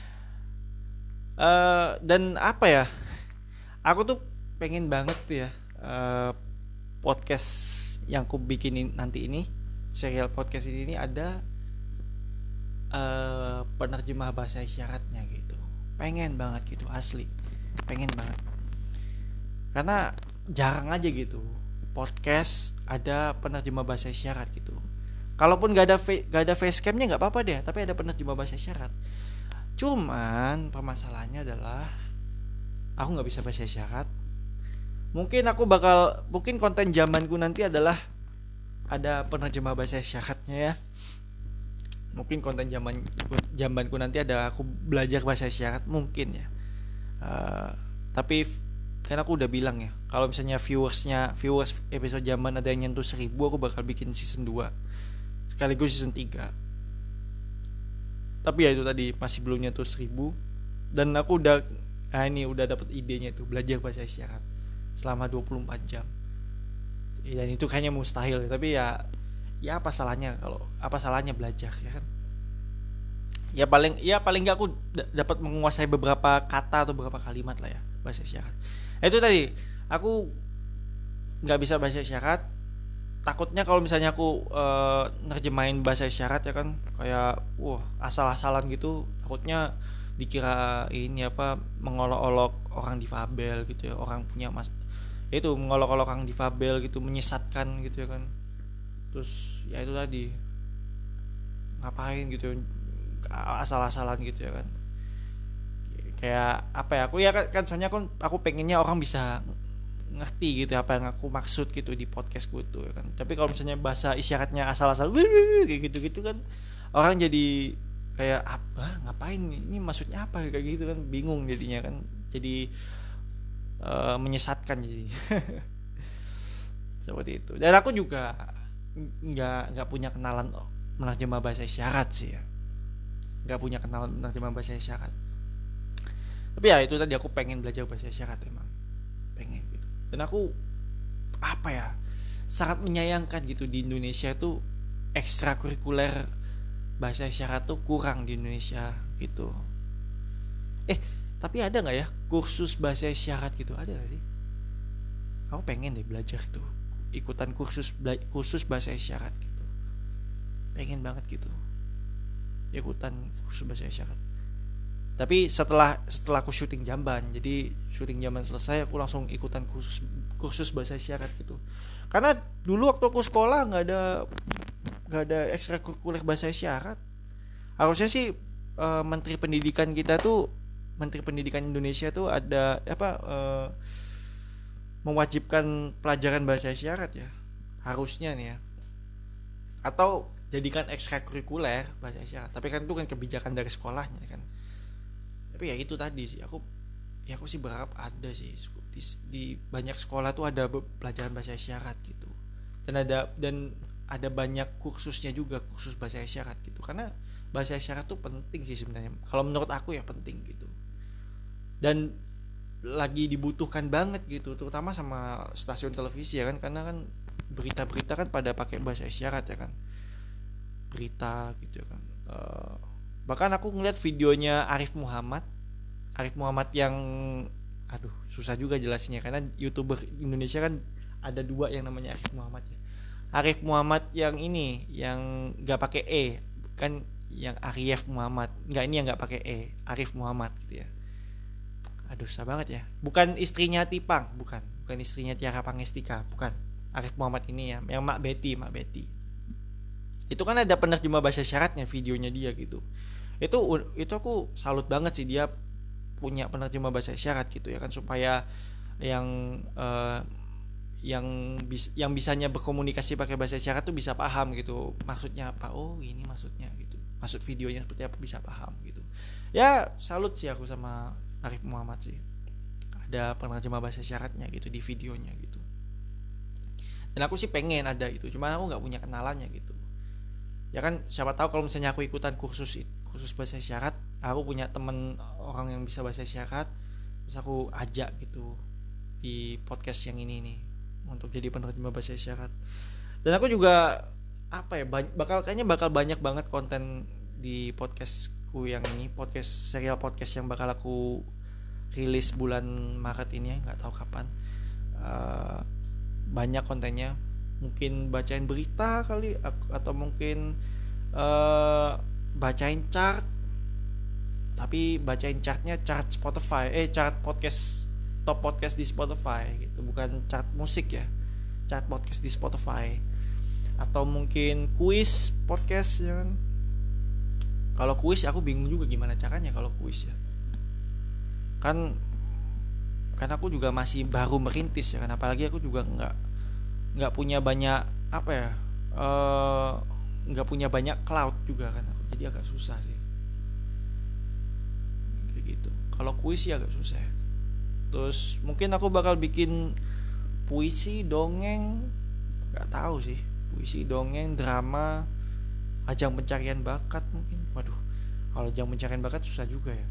Dan apa ya, aku tuh pengen banget tuh ya, podcast yang aku bikinin nanti ini, serial podcast ini ada penerjemah bahasa isyaratnya gitu. Pengen banget gitu, asli pengen banget, karena jarang aja gitu podcast ada penerjemah bahasa isyarat gitu. Kalaupun gak ada facecamnya nggak apa-apa deh, tapi ada penerjemah bahasa isyarat. Cuman permasalahannya adalah aku nggak bisa bahasa isyarat. Mungkin konten zamanku nanti adalah ada penerjemah bahasa isyaratnya ya. Mungkin konten zamanku nanti ada aku belajar bahasa isyarat mungkin ya. Tapi karena aku udah bilang ya, kalau misalnya viewers episode zaman ada yang nyentuh 1000, aku bakal bikin season 2 sekaligus season 3. Tapi ya itu tadi masih belum nyentuh 1000. Dan aku udah dapat idenya tuh, belajar bahasa isyarat selama 24 jam. Dan itu kayaknya mustahil, tapi ya apa salahnya belajar ya kan. Ya paling nggak aku dapat menguasai beberapa kata atau beberapa kalimat lah ya bahasa isyarat. Itu tadi aku nggak bisa bahasa isyarat, takutnya kalau misalnya aku nerjemahin bahasa isyarat ya kan, kayak asal-asalan gitu, takutnya dikira ini mengolok-olok orang difabel gitu ya, orang punya itu mengolok-olok orang difabel gitu, menyesatkan gitu ya kan. Terus ya itu tadi, ngapain gitu asal-asalan gitu ya kan. Kayak apa ya, aku ya kan soalnya aku pengennya orang bisa ngerti gitu apa yang aku maksud gitu di podcastku itu ya kan. Tapi kalau misalnya bahasa isyaratnya asal-asal kayak gitu-gitu kan, orang jadi kayak apa, ngapain ini maksudnya apa kayak gitu kan, bingung jadinya kan, jadi menyesatkan jadi. Seperti itu. Dan aku juga nggak punya kenalan menerjemah bahasa isyarat sih ya, nggak punya kenalan menerjemah bahasa isyarat. Tapi ya itu tadi, aku pengen belajar bahasa isyarat, emang pengen gitu. Dan aku sangat menyayangkan gitu, di Indonesia tuh ekstrakurikuler bahasa isyarat tuh kurang di Indonesia gitu. Tapi ada nggak ya kursus bahasa isyarat gitu, ada gak sih? Aku pengen deh belajar tuh, ikutan kursus bahasa isyarat gitu, pengen banget gitu ikutan kursus bahasa isyarat. Tapi setelah aku syuting jamban, jadi syuting jamban selesai aku langsung ikutan kursus bahasa isyarat gitu. Karena dulu waktu aku sekolah nggak ada ekstrakurikuler bahasa isyarat. Harusnya sih Menteri Pendidikan Indonesia tuh ada mewajibkan pelajaran bahasa isyarat ya, harusnya nih ya, atau jadikan ekstrakurikuler bahasa isyarat. Tapi kan itu kan kebijakan dari sekolahnya kan. Tapi ya itu tadi sih, aku sih berharap ada sih di banyak sekolah tuh ada pelajaran bahasa isyarat gitu. Dan ada banyak kursusnya juga, kursus bahasa isyarat gitu. Karena bahasa isyarat tuh penting sih sebenarnya. Kalau menurut aku ya penting gitu. Dan lagi dibutuhkan banget gitu, terutama sama stasiun televisi ya kan, karena kan berita-berita kan pada pakai bahasa isyarat ya kan, berita gitu ya kan. Bahkan aku ngeliat videonya Arif Muhammad yang susah juga jelasinnya, karena YouTuber Indonesia kan ada 2 yang namanya Arif Muhammad ya. Arif Muhammad yang ini yang nggak pakai E kan, yang Arif Muhammad, nggak, ini yang nggak pakai E, Arif Muhammad gitu ya. Susah banget ya. Bukan istrinya Tipang, bukan istrinya Tiara Pangestika, bukan. Arif Muhammad ini ya, yang Mak Betty. Itu kan ada penerjemah bahasa isyaratnya, videonya dia gitu. Itu aku salut banget sih, dia punya penerjemah bahasa isyarat gitu ya kan, supaya yang bisanya berkomunikasi pakai bahasa isyarat tuh bisa paham gitu maksudnya apa. Ini maksudnya gitu, maksud videonya seperti apa, bisa paham gitu ya. Salut sih aku sama Arif Muhammad sih, ada penerjemah bahasa isyaratnya gitu di videonya gitu. Dan aku sih pengen ada itu, cuman aku nggak punya kenalannya gitu ya kan. Siapa tahu kalau misalnya aku ikutan kursus bahasa isyarat, aku punya temen orang yang bisa bahasa isyarat, terus aku ajak gitu di podcast yang ini nih untuk jadi penerjemah bahasa isyarat. Dan aku juga apa ya, bakal banyak banget konten di podcastku yang ini, serial podcast yang bakal aku rilis bulan Maret ini ya, nggak tahu kapan. Uh, Banyak kontennya, mungkin bacain berita kali, atau mungkin bacain chart, tapi bacain chartnya chart Spotify, chart podcast, top podcast di Spotify gitu, bukan chart musik ya, chart podcast di Spotify. Atau mungkin kuis podcast ya kan. Kalau kuis aku bingung juga gimana caranya kalau kuis ya. Kan karena aku juga masih baru merintis ya kan, apalagi aku juga nggak punya banyak apa ya, nggak punya banyak cloud juga kan aku, jadi agak susah sih kayak gitu. Kalau kuis sih agak susah. Terus mungkin aku bakal bikin puisi, dongeng, nggak tahu sih, puisi, dongeng, drama, ajang pencarian bakat mungkin. Waduh, kalau ajang pencarian bakat susah juga ya.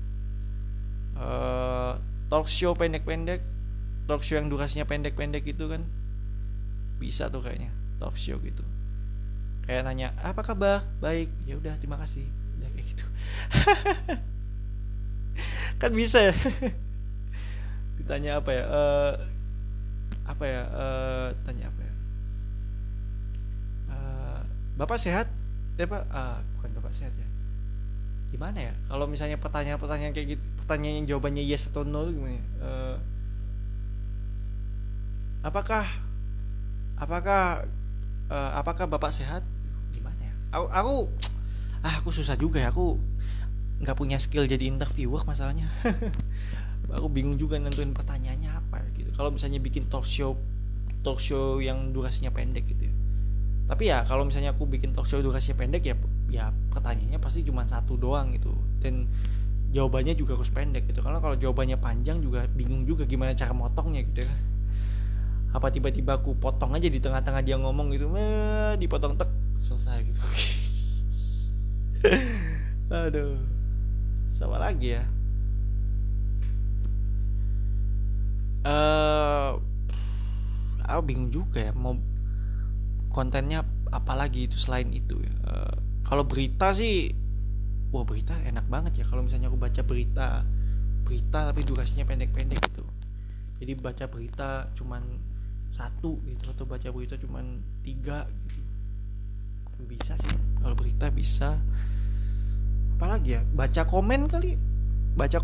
Talk show pendek-pendek, talk show yang durasinya pendek-pendek gitu kan, bisa tuh kayaknya talk show gitu. Kayak nanya, apa kabar? Baik, ya udah terima kasih, udah kayak gitu. Kan bisa ya. Ditanya apa ya? Tanya apa ya? Bapak sehat? Pak? Bukan bapak sehat ya. Gimana ya? Kalau misalnya pertanyaan-pertanyaan kayak gitu, pertanyaan yang jawabannya yes atau no gimana ya? Apakah bapak sehat? Gimana ya? Aku susah juga ya. Aku nggak punya skill jadi interviewer masalahnya. Aku bingung juga nentuin pertanyaannya apa gitu. Kalau misalnya bikin talk show yang durasinya pendek gitu ya. Tapi ya kalau misalnya aku bikin talk show durasinya pendek ya pertanyaannya pasti cuma satu doang gitu. Dan jawabannya juga harus pendek gitu. Karena kalau jawabannya panjang juga bingung juga gimana cara motongnya gitu ya. Apa tiba-tiba aku potong aja di tengah-tengah dia ngomong gitu, dipotong tek selesai gitu. Aduh, sama lagi ya. Aku bingung juga ya mau kontennya apa lagi itu selain itu ya. Kalau berita sih, berita enak banget ya. Kalau misalnya aku baca berita tapi durasinya pendek-pendek gitu. Jadi baca berita cuman 1 gitu, atau baca berita cuman 3 gitu. Bisa sih kalau berita bisa. Apalagi ya, baca komen kali. Baca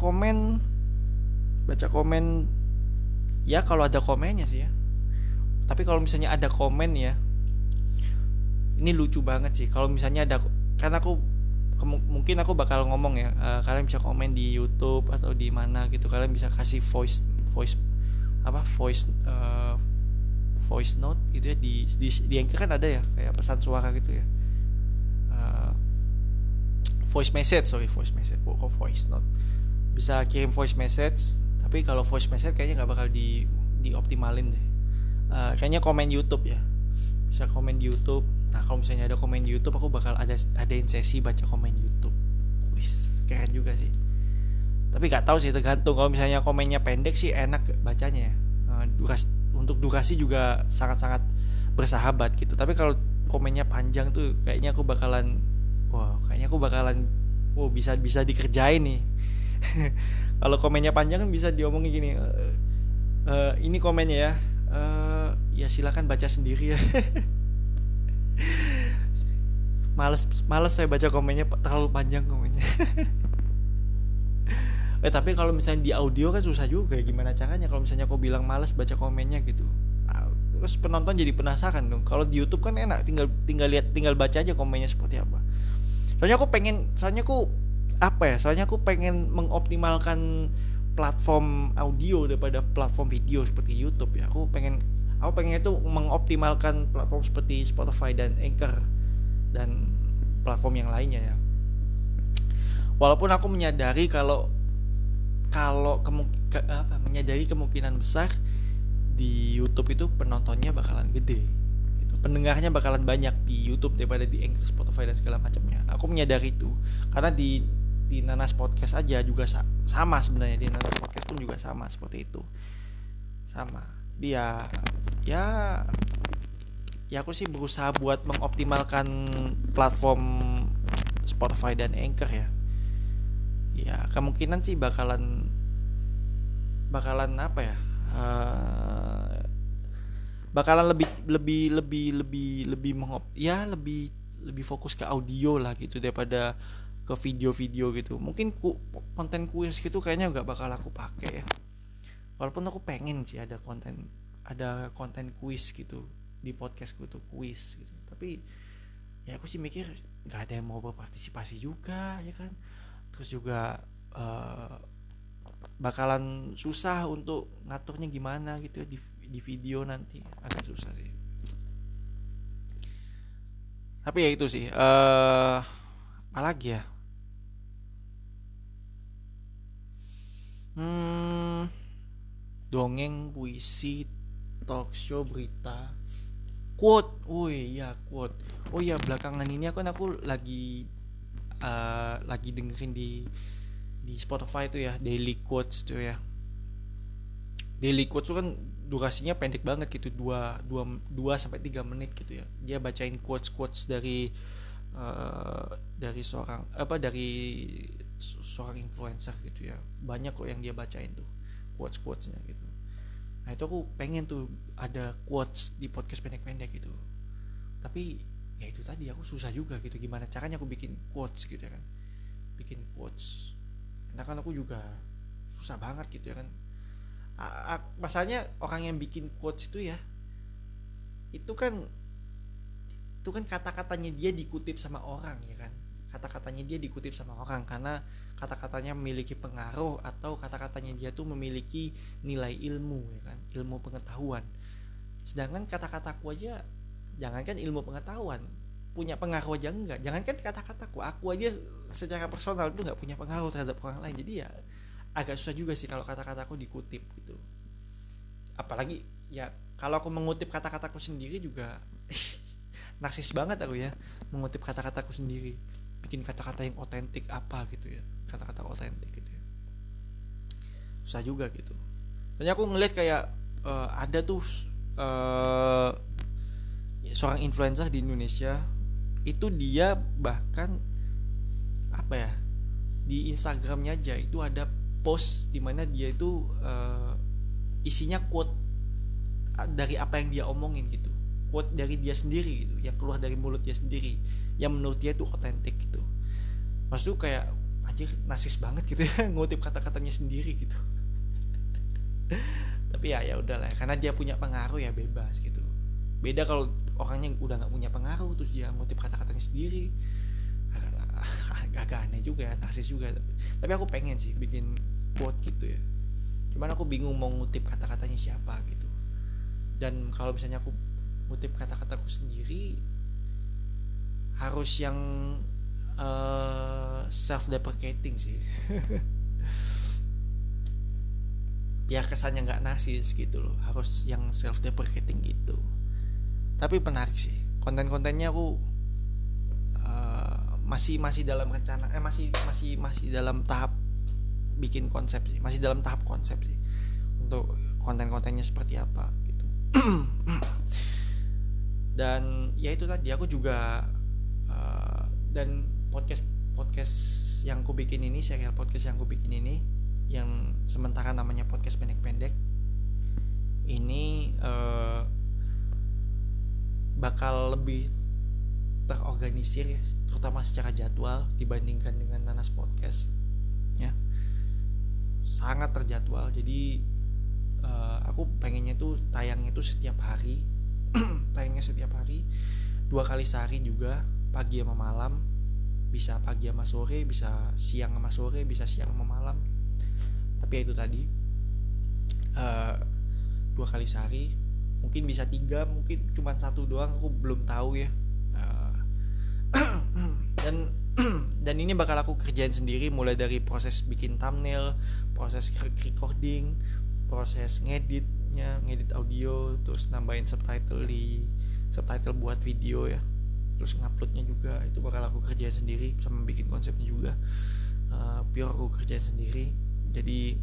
komen ya kalau ada komennya sih ya. Tapi kalau misalnya ada komen ya, ini lucu banget sih. Kalau misalnya ada, karena mungkin aku bakal ngomong ya, kalian bisa komen di YouTube atau di mana gitu. Kalian bisa kasih voice note gitu ya, di Anchor kan ada ya kayak pesan suara gitu ya. Voice message kok voice note. Bisa kirim voice message, tapi kalau voice message kayaknya nggak bakal dioptimalin deh. Kayaknya komen YouTube ya, bisa komen di YouTube. Nah kalau misalnya ada komen di YouTube, aku bakal adain sesi baca komen YouTube. Wis, keren juga sih. Tapi nggak tahu sih, tergantung. Kalau misalnya komennya pendek sih enak bacanya ya. Untuk durasi juga sangat-sangat bersahabat gitu. Tapi kalau komennya panjang tuh kayaknya aku bakalan bisa dikerjain nih. Kalau komennya panjang kan bisa diomongin gini, ini komennya ya, ya silakan baca sendiri ya. Males saya baca komennya, terlalu panjang komennya. Tapi kalau misalnya di audio kan susah juga, gimana caranya kalau misalnya aku bilang males baca komennya gitu. Terus penonton jadi penasaran dong. Kalau di YouTube kan enak, tinggal baca aja komennya seperti apa. Soalnya aku pengen mengoptimalkan platform audio daripada platform video seperti YouTube ya. Aku pengen itu mengoptimalkan platform seperti Spotify dan Anchor dan platform yang lainnya ya. Walaupun aku menyadari menyadari kemungkinan besar di YouTube itu penontonnya bakalan gede gitu. Pendengarnya bakalan banyak di YouTube daripada di Anchor, Spotify dan segala macamnya. Aku menyadari itu. Karena di Nanas Podcast aja juga sama sebenarnya. Di Nanas Podcast pun juga sama seperti itu. Sama. Dia ya ya aku sih berusaha buat mengoptimalkan platform Spotify dan Anchor ya. Ya kemungkinan sih bakalan apa ya, bakalan lebih fokus ke audio lah gitu daripada ke video-video gitu. Mungkin konten kuis gitu kayaknya nggak bakal aku pakai ya, walaupun aku pengen sih ada konten kuis gitu di podcastku tuh, kuis gitu. Tapi ya aku sih mikir nggak ada yang mau berpartisipasi juga ya kan, terus juga bakalan susah untuk ngaturnya gimana gitu di video nanti, agak susah sih. Tapi ya itu sih, apalagi ya, hmm, dongeng, puisi, talk show, berita, quote. Oh iya, quote. Oh iya, belakangan ini aku lagi dengerin di Spotify tuh ya, daily quotes tuh ya. Daily quotes tuh kan durasinya pendek banget gitu, 2 sampai 3 menit gitu ya. Dia bacain quotes dari seorang influencer gitu ya. Banyak kok yang dia bacain tuh quotesnya gitu. Nah itu aku pengen tuh ada quotes di podcast pendek-pendek gitu. Tapi ya itu tadi, aku susah juga gitu gimana caranya aku bikin quotes gitu ya kan. Bikin quotes. Karena kan aku juga susah banget gitu ya kan. Masalahnya orang yang bikin quotes itu ya, itu kan kata-katanya dia dikutip sama orang ya kan. Kata-katanya dia dikutip sama orang karena kata-katanya memiliki pengaruh, atau kata-katanya dia tuh memiliki nilai ilmu ya kan, ilmu pengetahuan. Sedangkan kata-kataku aja, jangankan ilmu pengetahuan, punya pengaruh aja enggak. Jangankan kata-kataku, aku aja secara personal tuh nggak punya pengaruh terhadap orang lain. Jadi ya agak susah juga sih kalau kata-kataku dikutip gitu. Apalagi ya kalau aku mengutip kata-kataku sendiri juga narsis banget aku ya, mengutip kata-kataku sendiri, bikin kata-kata yang otentik apa gitu ya, kata-kata otentik gitu ya, susah juga gitu. Soalnya aku ngeliat kayak ada tuh seorang influencer di Indonesia itu, dia bahkan apa ya, di Instagramnya aja itu ada post dimana dia itu isinya quote dari apa yang dia omongin gitu, quote dari dia sendiri gitu, yang keluar dari mulut dia sendiri, yang menurut dia itu otentik gitu. Maksudnya kayak anjir, narsis banget gitu ya ngutip kata-katanya sendiri gitu. Tapi ya udahlah, karena dia punya pengaruh ya bebas gitu. Beda kalau orangnya udah nggak punya pengaruh terus dia ngutip kata-katanya sendiri, agak aneh juga ya, narsis juga. Tapi aku pengen sih bikin quote gitu ya, cuman aku bingung mau ngutip kata-katanya siapa gitu. Dan kalau misalnya aku ngutip kata-kataku sendiri, harus yang self-deprecating sih biar kesannya nggak narsis gitu loh, harus yang self-deprecating gitu. Tapi menarik sih konten-kontennya. Aku masih dalam rencana, masih dalam tahap bikin konsep sih, masih dalam tahap konsep sih untuk konten-kontennya seperti apa gitu. Dan ya itu tadi, aku juga dan podcast yang aku bikin ini, serial podcast yang aku bikin ini, yang sementara namanya podcast pendek-pendek ini, bakal lebih terorganisir ya, terutama secara jadwal dibandingkan dengan Nanas Podcast ya, sangat terjadwal. Jadi aku pengennya tuh tayangnya tuh setiap hari tayangnya setiap hari, 2 kali sehari juga, pagi sama malam. Bisa pagi sama sore, bisa siang sama sore, bisa siang sama malam. Tapi itu tadi 2 kali sehari, mungkin bisa 3, mungkin cuma 1 doang, aku belum tahu ya. Dan ini bakal aku kerjain sendiri, mulai dari proses bikin thumbnail, proses recording, proses ngedit audio, terus nambahin subtitle buat video ya, terus nguploadnya juga itu bakal aku kerjain sendiri, sama bikin konsepnya juga pure aku kerjain sendiri. Jadi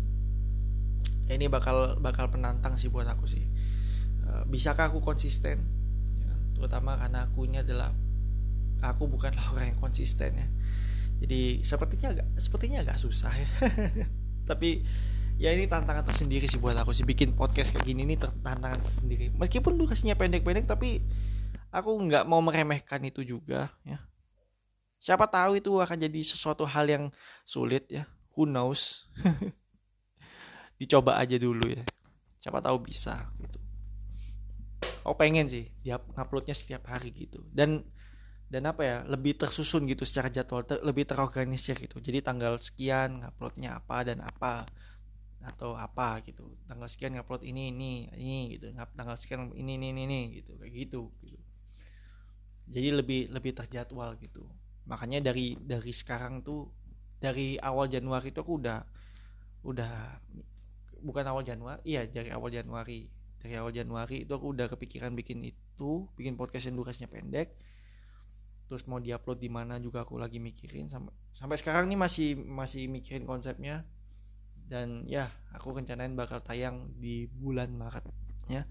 ini bakal penantang sih buat aku sih. Bisakah aku konsisten ya, terutama karena aku bukanlah orang yang konsisten ya. Jadi sepertinya agak susah ya. Tapi ya ini tantangan tersendiri sih buat aku sih, bikin podcast kayak gini nih tantangan tersendiri. Meskipun durasinya pendek-pendek, tapi aku nggak mau meremehkan itu juga ya. Siapa tahu itu akan jadi sesuatu hal yang sulit ya. Who knows? Dicoba aja dulu ya. Siapa tahu bisa gitu. Aku pengen sih dia uploadnya setiap hari gitu. Dan apa ya, lebih tersusun gitu secara jadwal, lebih terorganisir gitu. Jadi tanggal sekian nguploadnya apa dan apa, atau apa gitu. Tanggal sekian ngupload ini gitu. Tanggal sekian ini gitu, kayak gitu. Jadi lebih terjadwal gitu. Makanya dari sekarang tuh, dari awal Januari itu aku udah bukan awal Januari, iya dari awal Januari. Dari awal Januari itu aku udah kepikiran bikin podcast yang durasinya pendek. Terus mau diupload di mana juga aku lagi mikirin, sampai sekarang nih masih mikirin konsepnya. Dan ya aku rencanain bakal tayang di bulan Maret ya.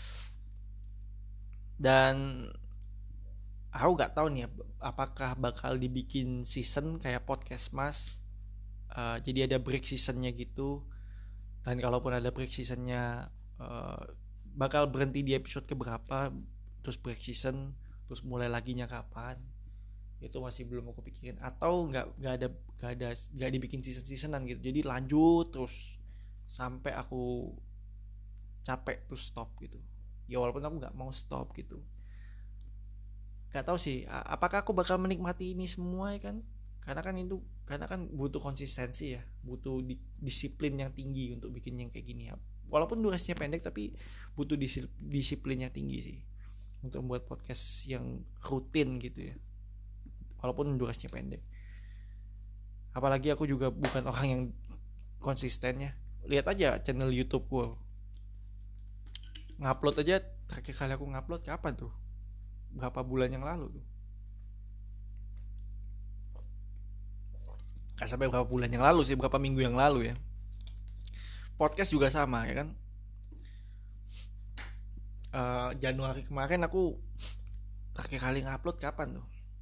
Dan aku nggak tahu nih apakah bakal dibikin season kayak podcast Mas. Jadi ada break seasonnya gitu. Dan kalaupun ada break seasonnya, bakal berhenti di episode keberapa, terus break season, terus mulai laginya kapan, itu masih belum aku pikirin. Atau nggak dibikin seasonan gitu, jadi lanjut terus sampai aku capek terus stop gitu ya. Walaupun aku nggak mau stop gitu, nggak tahu sih apakah aku bakal menikmati ini semua ya kan. Karena kan butuh konsistensi ya, butuh disiplin yang tinggi untuk bikin yang kayak gini ya. Walaupun durasinya pendek, tapi butuh disiplin yang tinggi sih untuk membuat podcast yang rutin gitu ya, walaupun durasinya pendek. Apalagi aku juga bukan orang yang konsisten ya. Lihat aja channel YouTube gue, ngupload aja terakhir kali aku ngupload kapan tuh, berapa bulan yang lalu tuh, gak sampai berapa bulan yang lalu sih, berapa minggu yang lalu ya. Podcast juga sama ya kan. Januari kemarin aku terakhir kali ngupload kapan tuh,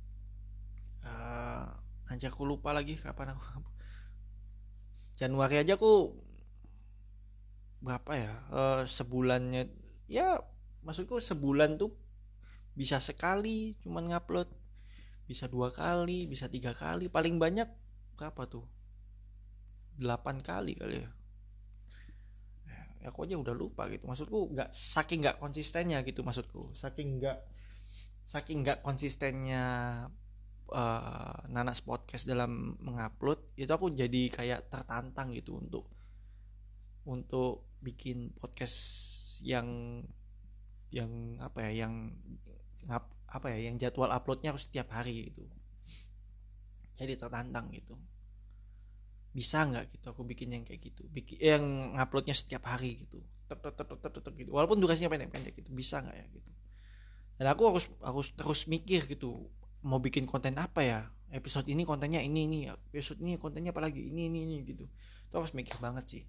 anjir aku lupa lagi kapan aku. Januari aja aku berapa ya, sebulannya ya, maksudku sebulan tuh bisa sekali cuman ngupload, bisa 2 kali, bisa 3 kali, paling banyak berapa tuh, 8 kali kali ya. Aku aja udah lupa gitu. Maksudku saking nggak konsistennya gitu, maksudku saking nggak konsistennya Nanas Podcast dalam mengupload itu, aku jadi kayak tertantang gitu untuk bikin podcast yang apa ya, yang jadwal uploadnya harus setiap hari gitu. Jadi tertantang gitu, bisa nggak gitu aku bikin yang kayak gitu, yang nguploadnya setiap hari gitu, gitu, walaupun durasinya pendek-pendek gitu, bisa nggak ya gitu. Dan aku harus terus mikir gitu, mau bikin konten apa ya, episode ini kontennya ini episode ini kontennya apa lagi, ini gitu. Itu harus mikir banget sih.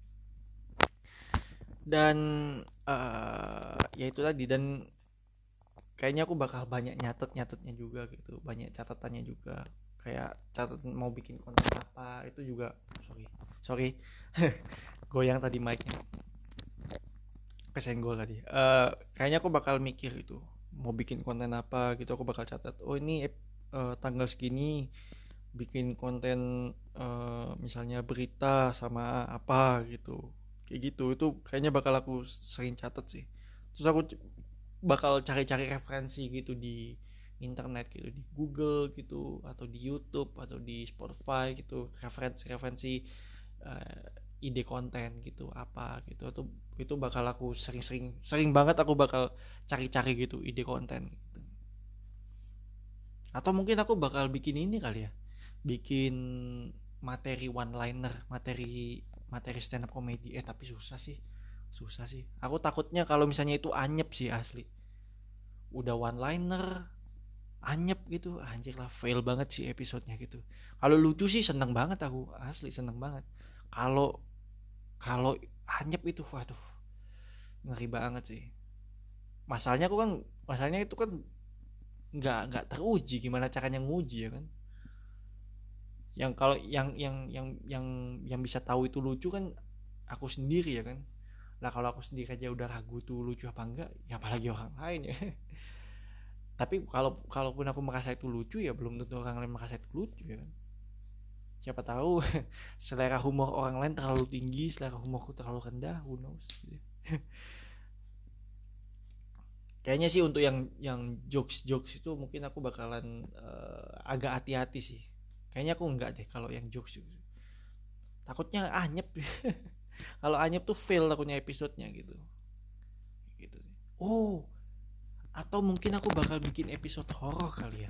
Dan ya itu tadi, dan kayaknya aku bakal banyak nyatetnya juga gitu, banyak catatannya juga, kayak catatan mau bikin konten apa itu juga. Sorry goyang tadi mic-nya, kesenggol tadi. Kayaknya aku bakal mikir itu mau bikin konten apa gitu, aku bakal catat, oh ini tanggal segini bikin konten, misalnya berita sama apa gitu, kayak gitu. Itu kayaknya bakal aku sering catat sih. Terus aku bakal cari-cari referensi gitu di internet gitu, di Google gitu, atau di YouTube atau di Spotify gitu, referensi ide konten gitu apa gitu. Itu bakal aku sering banget aku bakal cari-cari gitu ide konten gitu. Atau mungkin aku bakal bikin ini kali ya, bikin materi one liner, materi stand up comedy. Tapi susah sih, aku takutnya kalau misalnya itu anyep sih, asli udah one liner anyep gitu, anjir lah, fail banget sih episodenya gitu. Kalau lucu sih seneng banget, aku asli seneng banget. Kalau anyep itu, waduh, ngeri banget sih. Masalahnya aku kan masalahnya itu kan nggak teruji, gimana caranya nguji ya kan. Yang kalau yang bisa tahu itu lucu kan aku sendiri ya kan. Lah kalau aku sendiri aja udah ragu tuh lucu apa enggak, ya apalagi orang lain ya. Tapi kalaupun aku merasa itu lucu, ya belum tentu orang lain merasa itu lucu ya kan. Siapa tahu selera humor orang lain terlalu tinggi, selera humorku terlalu rendah, who knows gitu. Kayaknya sih untuk yang jokes itu mungkin aku bakalan agak hati-hati sih. Kayaknya aku enggak deh kalau yang jokes. Takutnya anyep. Kalau anyep tuh fail takutnya episodenya gitu. Gitu sih. Oh, atau mungkin aku bakal bikin episode horor kali ya.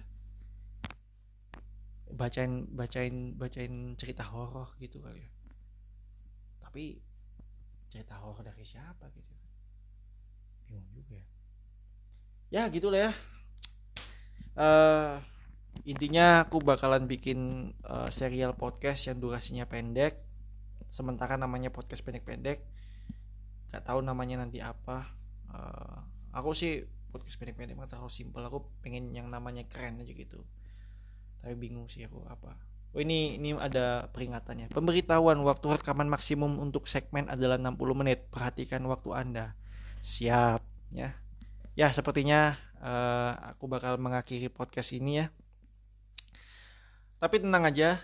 Bacain cerita horor gitu kali ya. Tapi cerita horor dari siapa gitu? Bingung juga ya. Ya gitulah ya. uh, Intinya aku bakalan bikin serial podcast yang durasinya pendek. Sementara namanya podcast pendek-pendek. Gak tahu namanya nanti apa. Aku sih podcast pendek-pendek terlalu simpel. Aku pengen yang namanya keren aja gitu. Tapi bingung sih aku apa. Oh ini ada peringatannya. Pemberitahuan waktu rekaman maksimum untuk segmen adalah 60 menit. Perhatikan waktu Anda. Siap ya. Ya sepertinya aku bakal mengakhiri podcast ini ya. Tapi tenang aja,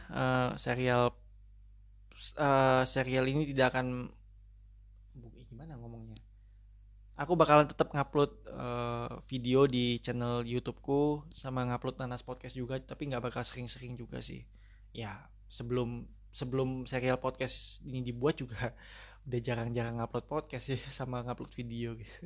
serial ini tidak akan gimana ngomongnya. Aku bakalan tetap ngupload video di channel YouTubeku sama ngupload Nanas Podcast juga, tapi nggak bakal sering-sering juga sih. Ya sebelum serial podcast ini dibuat juga udah jarang-jarang ngupload podcast sih sama ngupload video gitu.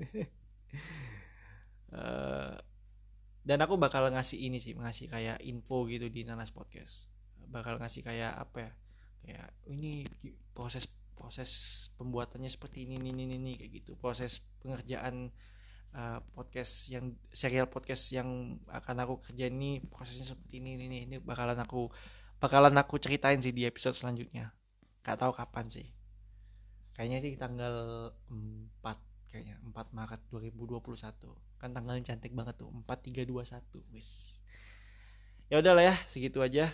Dan aku bakal ngasih ini sih, ngasih kayak info gitu di Nanas Podcast. Bakal ngasih kayak apa ya? Kayak ini proses pembuatannya seperti ini kayak gitu. Proses pengerjaan podcast yang serial podcast yang akan aku kerja ini prosesnya seperti ini bakalan aku ceritain sih di episode selanjutnya. Gak tahu kapan sih. Kayaknya sih tanggal 4 kayaknya 4 Maret 2021. Kan tanggalnya cantik banget tuh, 4321. Wis. Ya udahlah ya, segitu aja.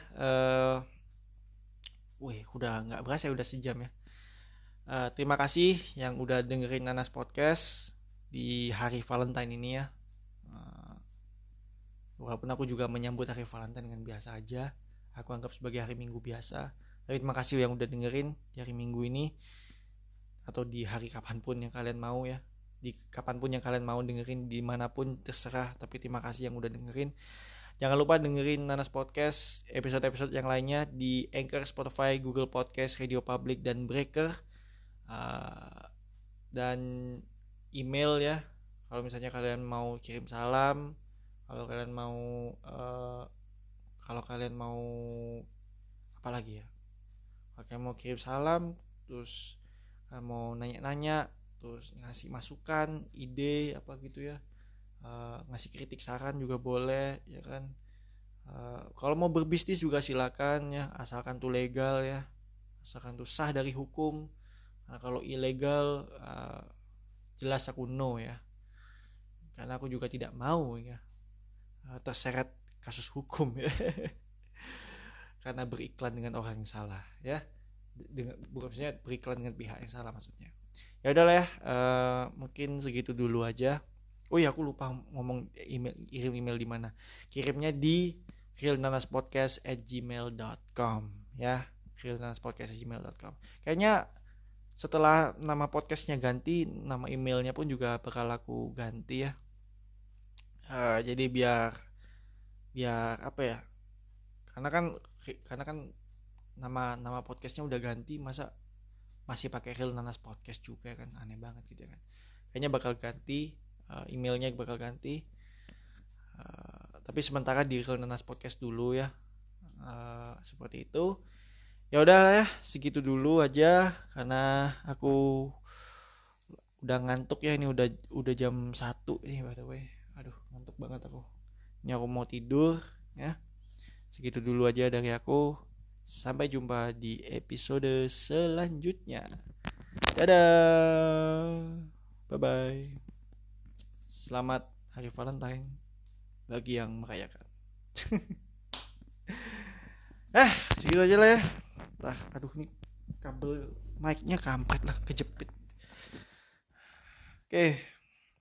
Udah nggak berasa udah sejam ya. Terima kasih yang udah dengerin Nanas Podcast di hari Valentine ini ya. Walaupun aku juga menyambut hari Valentine dengan biasa aja, aku anggap sebagai hari Minggu biasa. Tapi terima kasih yang udah dengerin di hari Minggu ini atau di hari kapanpun yang kalian mau ya. Di kapanpun yang kalian mau dengerin, dimanapun terserah. Tapi terima kasih yang udah dengerin. Jangan lupa dengerin Nanas Podcast episode-episode yang lainnya di Anchor, Spotify, Google Podcast, Radio Public, dan Breaker. Dan email ya. Kalau misalnya kalian mau kirim salam, kalau kalian mau apa lagi ya? Kalau kalian mau kirim salam, terus kalian mau nanya-nanya, terus ngasih masukan, ide apa gitu ya. Ngasih kritik saran juga boleh ya kan. Kalau mau berbisnis juga silakan ya, asalkan tuh legal ya, asalkan tuh sah dari hukum. Karena kalau ilegal jelas aku no ya, karena aku juga tidak mau ya terseret kasus hukum ya. Karena beriklan dengan orang yang salah ya, bukan maksudnya beriklan dengan pihak yang salah maksudnya. Ya udahlah ya, mungkin segitu dulu aja. Oh iya aku lupa ngomong kirim email di mana. Kirimnya di realnanaspodcast@gmail.com ya. realnanaspodcast@gmail.com. Kayaknya setelah nama podcastnya ganti, nama emailnya pun juga bakal aku ganti ya. Jadi biar apa ya? Karena kan nama podcastnya udah ganti, masa masih pakai Real Nanas Podcast juga kan, aneh banget gitu kan. Kayaknya bakal ganti. Emailnya bakal ganti, tapi sementara di Real Nanas Podcast dulu ya. Seperti itu. Ya udah ya, segitu dulu aja karena aku udah ngantuk ya. Ini udah jam 1 by the way. Aduh, ngantuk banget aku. Ini aku mau tidur ya. Segitu dulu aja dari aku. Sampai jumpa di episode selanjutnya. Dadah. Bye bye. Selamat hari Valentine bagi yang merayakan. Segitu aja lah ya. Aduh nih kabel mic-nya kampret lah, kejepit. Oke.